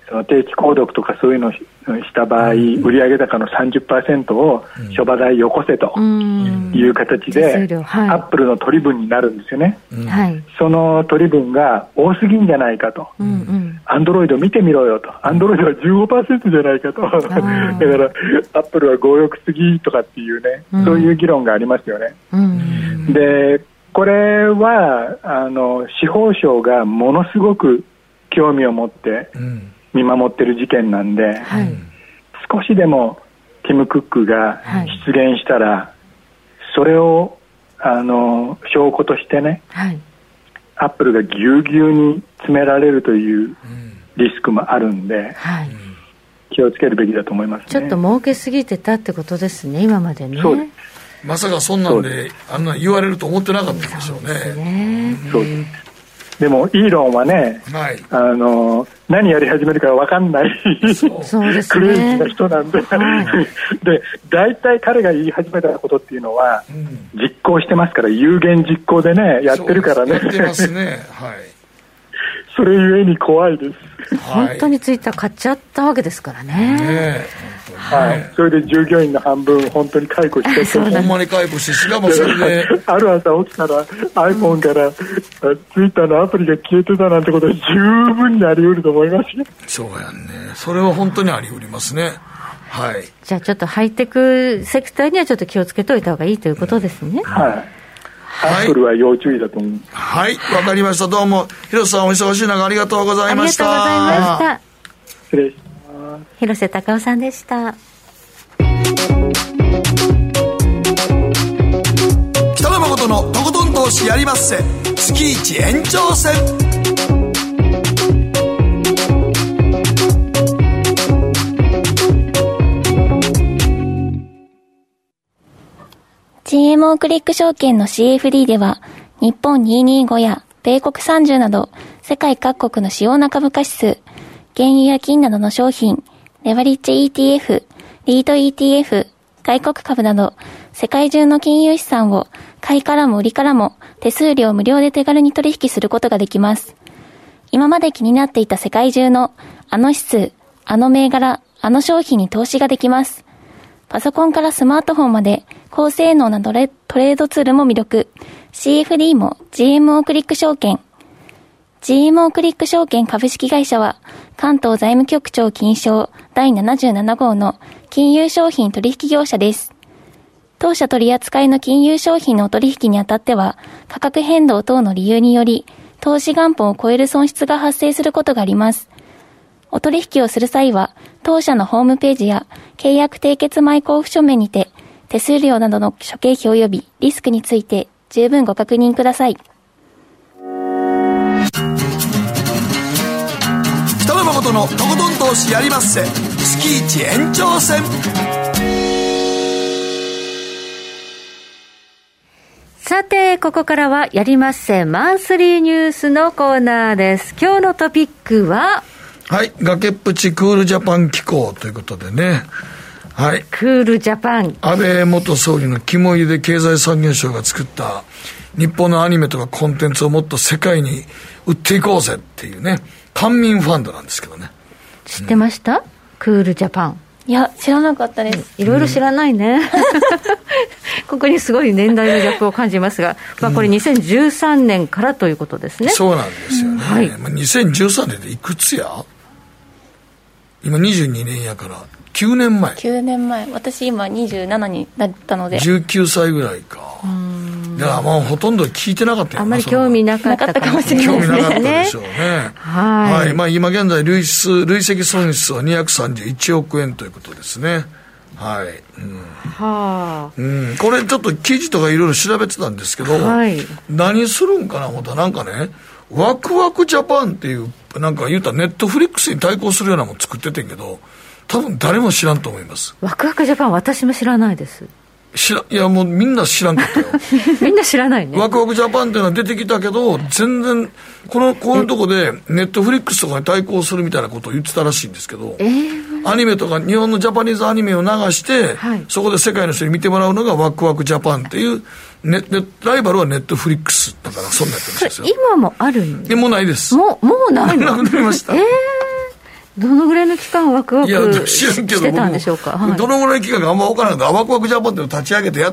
その定期購読とかそういうのをした場合、売上高の 30% を諸場代よこせという形で、アップルの取り分になるんですよね。その取り分が多すぎんじゃないかと。アンドロイド見てみろよと。アンドロイドは 15% じゃないかと。だからアップルは強欲すぎとかっていうね、そういう議論がありますよね。でこれは司法省がものすごく興味を持って見守っている事件なんで、少しでもティム・クックが出現したら、それを証拠としてね、アップルがぎゅうぎゅうに詰められるというリスクもあるんで、気をつけるべきだと思いますね。 ちょっと儲けすぎてたってことですね、今までね。 そうです。まさかそんなんであんな言われると思ってなかったでしょうね。 そうです。でもイーロンはね、何やり始めるか分かんないそうです、ね、 クレイジーな人なんで、で大体彼が言い始めたことっていうのは、実行してますから、有言実行でねやってるからね。 やってますね。 それゆえに怖いです。 本当にツイッター買っちゃったわけですからね。 それで従業員の半分本当に解雇してほんまに解雇して、しかもそれである朝起きたら iPhone からツイッターのアプリが消えてたなんてことは十分にあり得ると思いますよ。 そうやんね。それは本当にあり得ますね。 じゃあちょっとハイテクセクターにはちょっと気をつけといた方がいいということですね。 アップルは要注意だと思う。 わかりました。どうも広瀬さん、お忙しい中ありがとうございました。 ありがとうございました。 失礼します。 広瀬隆夫さんでした。 北野誠のとことん投資やりまっせ、月一延長戦。 GMO クリック証券の CFD では、日本225や米国30など世界各国の主要な株価指数、原油や金などの商品、レバリッジ ETF、リート ETF、外国株など世界中の金融資産を買いからも売りからも手数料無料で手軽に取引することができます。今まで気になっていた世界中のあの指数、あの銘柄、あの商品に投資ができます。パソコンからスマートフォンまで高性能なトレードツールも魅力。CFD も GMO クリック証券。GMO クリック証券株式会社は関東財務局長金賞第77号の金融商品取引業者です。当社取扱いの金融商品のお取引にあたっては価格変動等の理由により投資元本を超える損失が発生することがあります。お取引をする際は当社のホームページや契約締結前交付書面にて手数料などの諸経費及びリスクについて十分ご確認ください。 北野誠のとことん投資やりまっせ、月一延長戦。 さてここからはやりまっせマンスリーニュースのコーナーです。今日のトピックは崖っぷちクールジャパン機構ということでね。 クールジャパン、 安倍元総理の肝煎りで経済産業省が作った日本のアニメとかコンテンツをもっと世界に売っていこうぜっていうね、官民ファンドなんですけどね。 知ってました、クールジャパン。 いや知らなかったです。 いろいろ知らないね、ここにすごい年代のギャップを感じますが、これ2013年からということですね。 そうなんですよね、2013年でいくつや、今22年やから9年前。 私今27になったので 19歳ぐらいか。だからほとんど聞いてなかったよ。 あんまり興味なかったかもしれないですね。 興味なかったでしょうね。今現在累積損失は231億円ということですね。これちょっと記事とかいろいろ調べてたんですけど、何するんかな思ったら、なんかね、ワクワクジャパンっていうなんか言うたらネットフリックスに対抗するようなもの作っててんけど、多分誰も知らんと思います。 ワクワクジャパン、私も知らないです。 いやもうみんな知らんかったよみんな知らないね。 ワクワクジャパンっていうのは出てきたけど、全然こういうとこでネットフリックスとかに対抗するみたいなことを言ってたらしいんですけど、アニメとか日本のジャパニーズアニメを流して、そこで世界の人に見てもらうのがワクワクジャパンっていう、ライバルはネットフリックスだから、そんなやってるんですよ。 今もあるんですか？ もうないです。 もうないの？ なくなりました。 どのぐらいの期間ワクワクしてたんでしょうか。 どのぐらいの期間かあんま分からないけど、ワクワクジャパンっていうのを立ち上げてやって、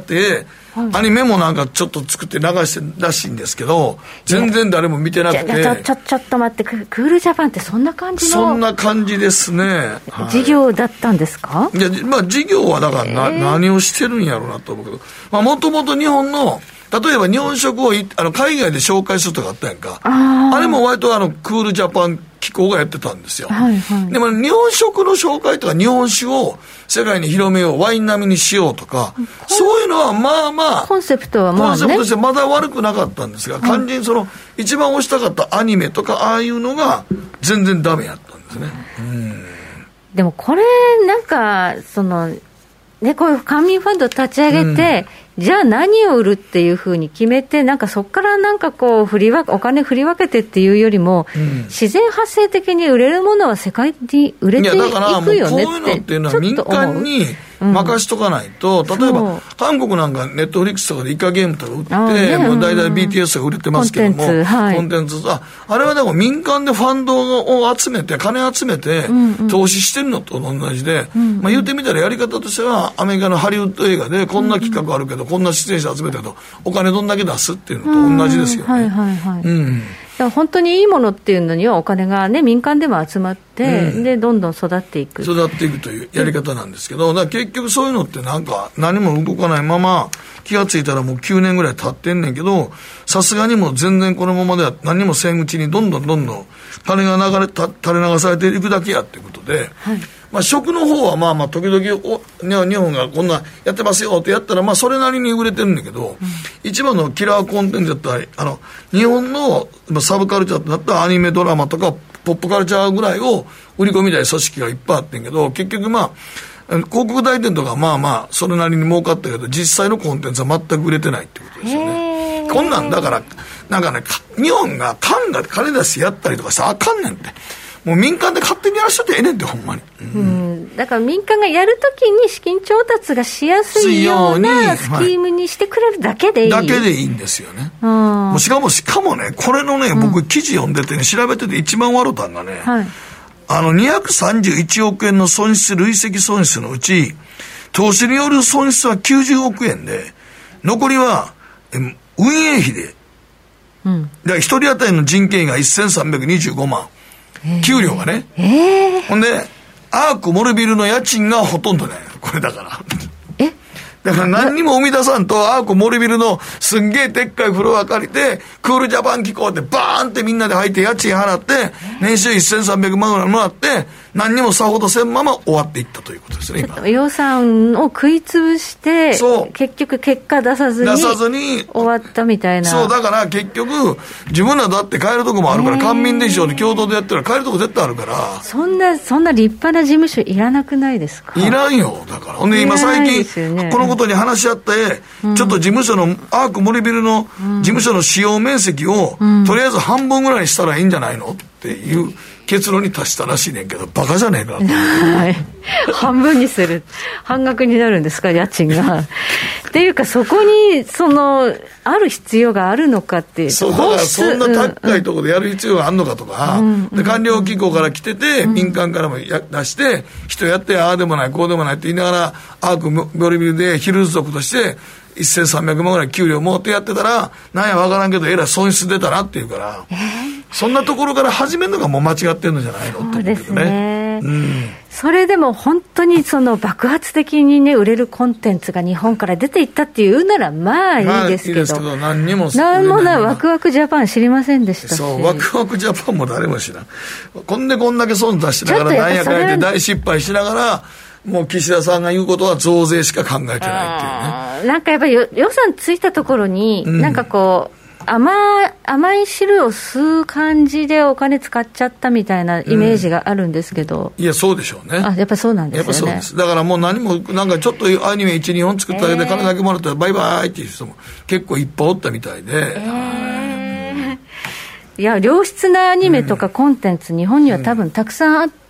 アニメもなんかちょっと作って流してるらしいんですけど、全然誰も見てなくて。 ちょっと待って、クールジャパンってそんな感じの、 そんな感じですね。 事業だったんですか。 いや、事業はだから何をしてるんやろうなと思うけど、もともと日本の例えば日本食を海外で紹介するとかあったやんか。あれも割とクールジャパン機構がやってたんですよ。はいはい、でも日本食の紹介とか日本酒を世界に広めよう、ワイン並みにしようとか、そういうのはまあまあコンセプトはまあね、 コンセプトとしてまだ悪くなかったんですが、肝心に一番推したかったアニメとかああいうのが全然ダメやったんですね。 でもこれなんかね、こういう官民ファンドを立ち上げて、じゃあ何を売るっていうふうに決めて、なんかそこからなんかこうお金振り分けてっていうよりも、自然発生的に売れるものは世界に売れていくよねって。 いやだからもうこういうのっていうのは民間に任しとかないと、例えば韓国なんかネットフリックスとかでイカゲームとか売って、もう大体 BTS が売れてますけども、コンテンツ、あれはでも民間でファンドを集めて金集めて投資してるのと同じで、言ってみたらやり方としてはアメリカのハリウッド映画でこんな企画あるけど、こんな出演者集めたけどお金どんだけ出すっていうのと同じですよね。 だから本当にいいものっていうのにはお金がね、民間でも集まって、でどんどん育っていくというやり方なんですけど、だから結局そういうのってなんか何も動かないまま気がついたらもう9年ぐらい経ってんねんけど、さすがにもう全然このままでは何もせんうちにどんどん金が垂れ流されていくだけやっていうことで、食の方はまあまあ時々日本がこんなやってますよってやったら、まあそれなりに売れてるんだけど、一番のキラーコンテンツだったら日本のサブカルチャーってなったらアニメドラマとかポップカルチャーぐらいを売り込みたい組織がいっぱいあってんけど、結局まあ広告代理店とかまあまあそれなりに儲かったけど、実際のコンテンツは全く売れてないってことですよね。こんなんだからなんかね、日本が金出してやったりとかしたらあかんねんって。もう民間で勝手にやらしとってええねんってほんまに、 だから民間がやるときに資金調達がしやすいようなスキームにしてくれるだけでいい、 だけでいいんですよね。もうしかもね、これのね、僕記事読んでてね、調べてて一番悪たんがね、231億円の損失、累積損失のうち投資による損失は90億円で、残りは運営費で、1人当たりの人件費が1325万、給料がね、ほんでアークモルビルの家賃がほとんどね、これだからだから何にも生み出さんと、アークモルビルのすんげえでっかいフロア借りてクールジャパン機構ってバーンってみんなで入って家賃払って年収1300万ぐらいもらって何にもさほどせんまま終わっていったということですね。今予算を食い潰して結局結果出さずに終わったみたいな。 そうだから結局自分らだって帰るとこもあるから、官民伝承で共同でやってるから帰るとこ絶対あるから、 そんな立派な事務所いらなくないですか。 いらんよ。だからほんで今最近このことに話し合って、ちょっと事務所のアークモルビルの事務所の使用面積を、とりあえず半分ぐらいにしたらいいんじゃないのっていう結論に達したらしいねんけど、バカじゃねえか半分にする、半額になるんですか、家賃がっていうか、そこにある必要があるのかって、 そうだからそんな高いところでやる必要があるのかとか、で官僚機構から来てて、民間からも出して人やって、ああでもないこうでもないって言いながらアークモルビルでヒルズ族として1300万ぐらい給料持ってやってたら、なんやわからんけどえらい損失出たなっていうから、そんなところから始めるのがもう間違ってるのじゃないのって思うけどね。 それでも本当に爆発的にね売れるコンテンツが日本から出ていったっていうならまあいいですけど、いいですけど何にもないワクワクジャパン知りませんでしたし。 そうワクワクジャパンも誰も知らん。こんだけ損出しながらなんやかんやって大失敗しながら、もう岸田さんが言うことは増税しか考えてないっていうね。 なんかやっぱり予算ついたところに、なんかこう甘い汁を吸う感じでお金使っちゃったみたいなイメージがあるんですけど、 いやそうでしょうね。 やっぱりそうなんですよね。 やっぱそうです。だからもう何もなんかちょっとアニメ 1,2 本作っただけで金だけもらったらバイバイっていう人も結構いっぱいおったみたいで、 いや良質なアニメとかコンテンツ、日本には多分たくさんあって、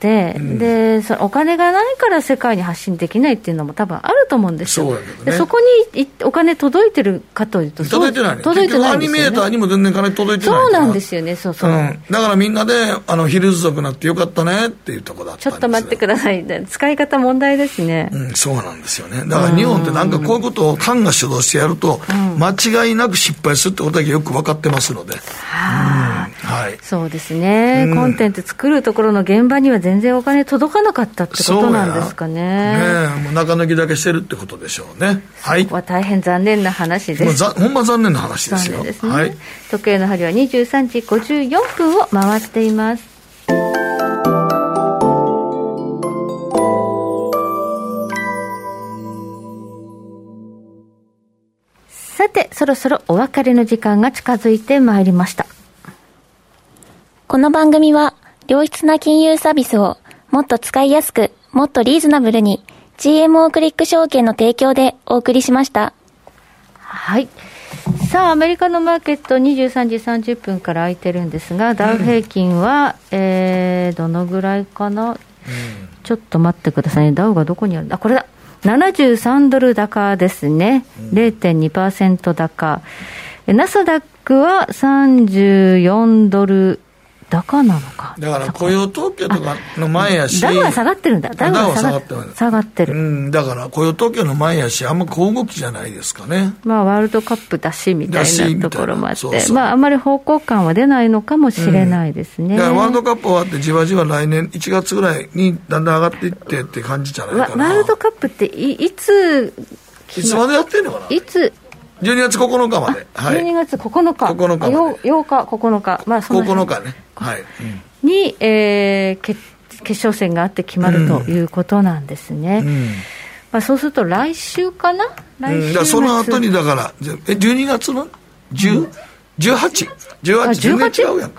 て、でそのお金がないから世界に発信できないっていうのも多分あると思うんですよ。そうだけどね、でそこにお金届いてるかというと届いてない、ね、届いてないんですよね。アニメーターにも全然金届いてないから。 そうなんですよね。そうそう、 だからみんなでヒルズ族になってよかったねっていうところだったんですよ。 ちょっと待ってください、使い方問題ですね。 そうなんですよね。だから日本ってなんかこういうことを官が主導してやると、間違いなく失敗するってことだけよく分かってますので、はい、 そうですね、コンテンツ作るところの現場には全然お金届かなかったってことなんですか ね。 もう中抜きだけしてるってことでしょうね。はい、 そこは大変残念な話です。 ほんま残念な話ですよ。ですね、はい、 時計の針は23時54分を回っています。さて、そろそろお別れの時間が近づいてまいりました。 この番組は良質な金融サービスをもっと使いやすく、もっとリーズナブルに GMO クリック証券の提供でお送りしました。 はい。さあ、アメリカのマーケット23時30分から開いてるんですが、ダウ平均は、どのぐらいかな、ちょっと待ってくださいね。ダウがどこにある？これだ。73ドル高ですね。0.2% 高。ナスダックは34ドル高なのか。 だから雇用統計とかの前やし、 ダウは下がってるんだ。ダウは下がってる。 だから雇用統計の前やし、あんま小動きじゃないですかね。 ワールドカップだしみたいなところもあって、あんまり方向感は出ないのかもしれないですね。 だからワールドカップ終わってじわじわ来年1月ぐらいにだんだん上がっていってって感じじゃないかな。 ワールドカップっていつまでやってんのかな。 いつ 12月9日まで、 はい、12月9日、 9日 8日、9日、 その9日ね、はい、 に、決勝戦があって決まるということなんですね。そうすると来週かな、 その後にだから12月の18全然違うやんか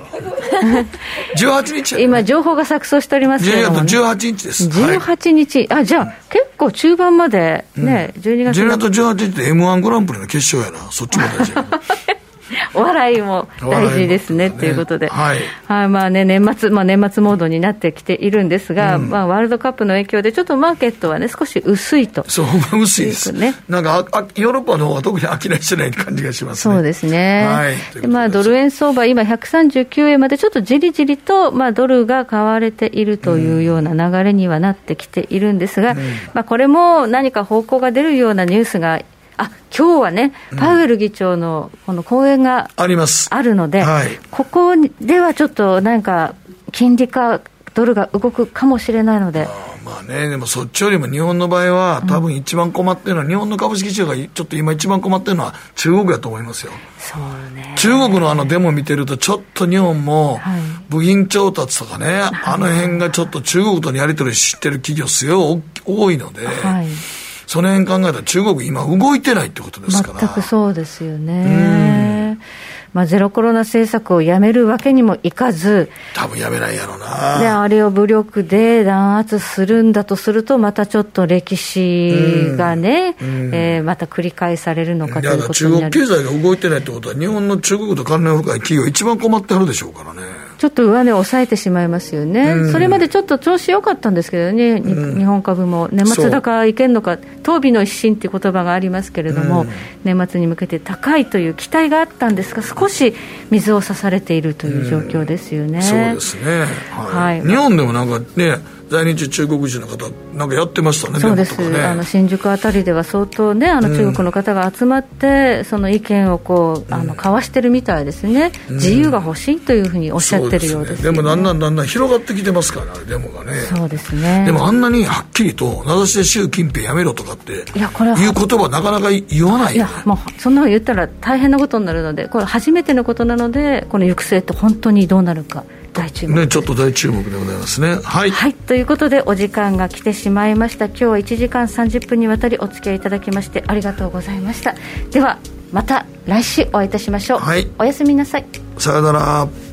18日今情報が錯綜しておりますけれども、ね、 18日です 18日、じゃあ結構中盤までね、12月 18日って M1 グランプリの決勝やな。そっちも大事お笑いも大事ですねということで、はい、年末モードになってきているんですが、ワールドカップの影響でちょっとマーケットはね少し薄いと。 そう、薄いです、ね、なんかヨーロッパの方が特に商いしてない感じがしますね。 そうですね、はい、でドル円相場今139円までちょっとじりじりと、ドルが買われているというような流れにはなってきているんですが、これも何か方向が出るようなニュースが今日はね、パウエル議長のこの講演があるので、ここではちょっとなんか金利かドルが動くかもしれないので、 でもそっちよりも日本の場合は多分一番困ってるのは、日本の株式市場がちょっと今一番困ってるのは中国やと思いますよ。 そうね、 中国のデモ見てるとちょっと日本も部品調達とかね、あの辺がちょっと中国とのやり取りしてる企業すごい多いので、その辺考えたら中国今動いてないってことですから。 全くそうですよね。ゼロコロナ政策をやめるわけにもいかず、 多分やめないやろうな。 であれを武力で弾圧するんだとすると、またちょっと歴史がね、また繰り返されるのかということになる。 中国経済が動いてないってことは、日本の中国と関連深い企業一番困ってあるでしょうからね。 ちょっと上値を抑えてしまいますよね。それまでちょっと調子良かったんですけどね、日本株も年末高いけんのか、当備の一心という言葉がありますけれども、年末に向けて高いという期待があったんですが、少し水を差されているという状況ですよね。 そうですね、はい、日本でもなんかね、在日中国人の方なんかやってましたね。 そうです、新宿あたりでは相当ね、中国の方が集まってその意見を交わしてるみたいですね。自由が欲しいというふうにおっしゃってるようです、ね。 でもだんだん広がってきてますからね、デモがね。 そうですね。 でもあんなにはっきりと名指しで習近平やめろとかっていう言葉なかなか言わないよね。 もうそんなの言ったら大変なことになるので、これ初めてのことなので、この行く末って本当にどうなるか大注目、 ちょっと大注目でございますね。はい、 ということでお時間が来てしまいました。今日は1時間30分にわたりお付き合いいただきましてありがとうございました。ではまた来週お会いいたしましょう。おやすみなさい。 さよなら。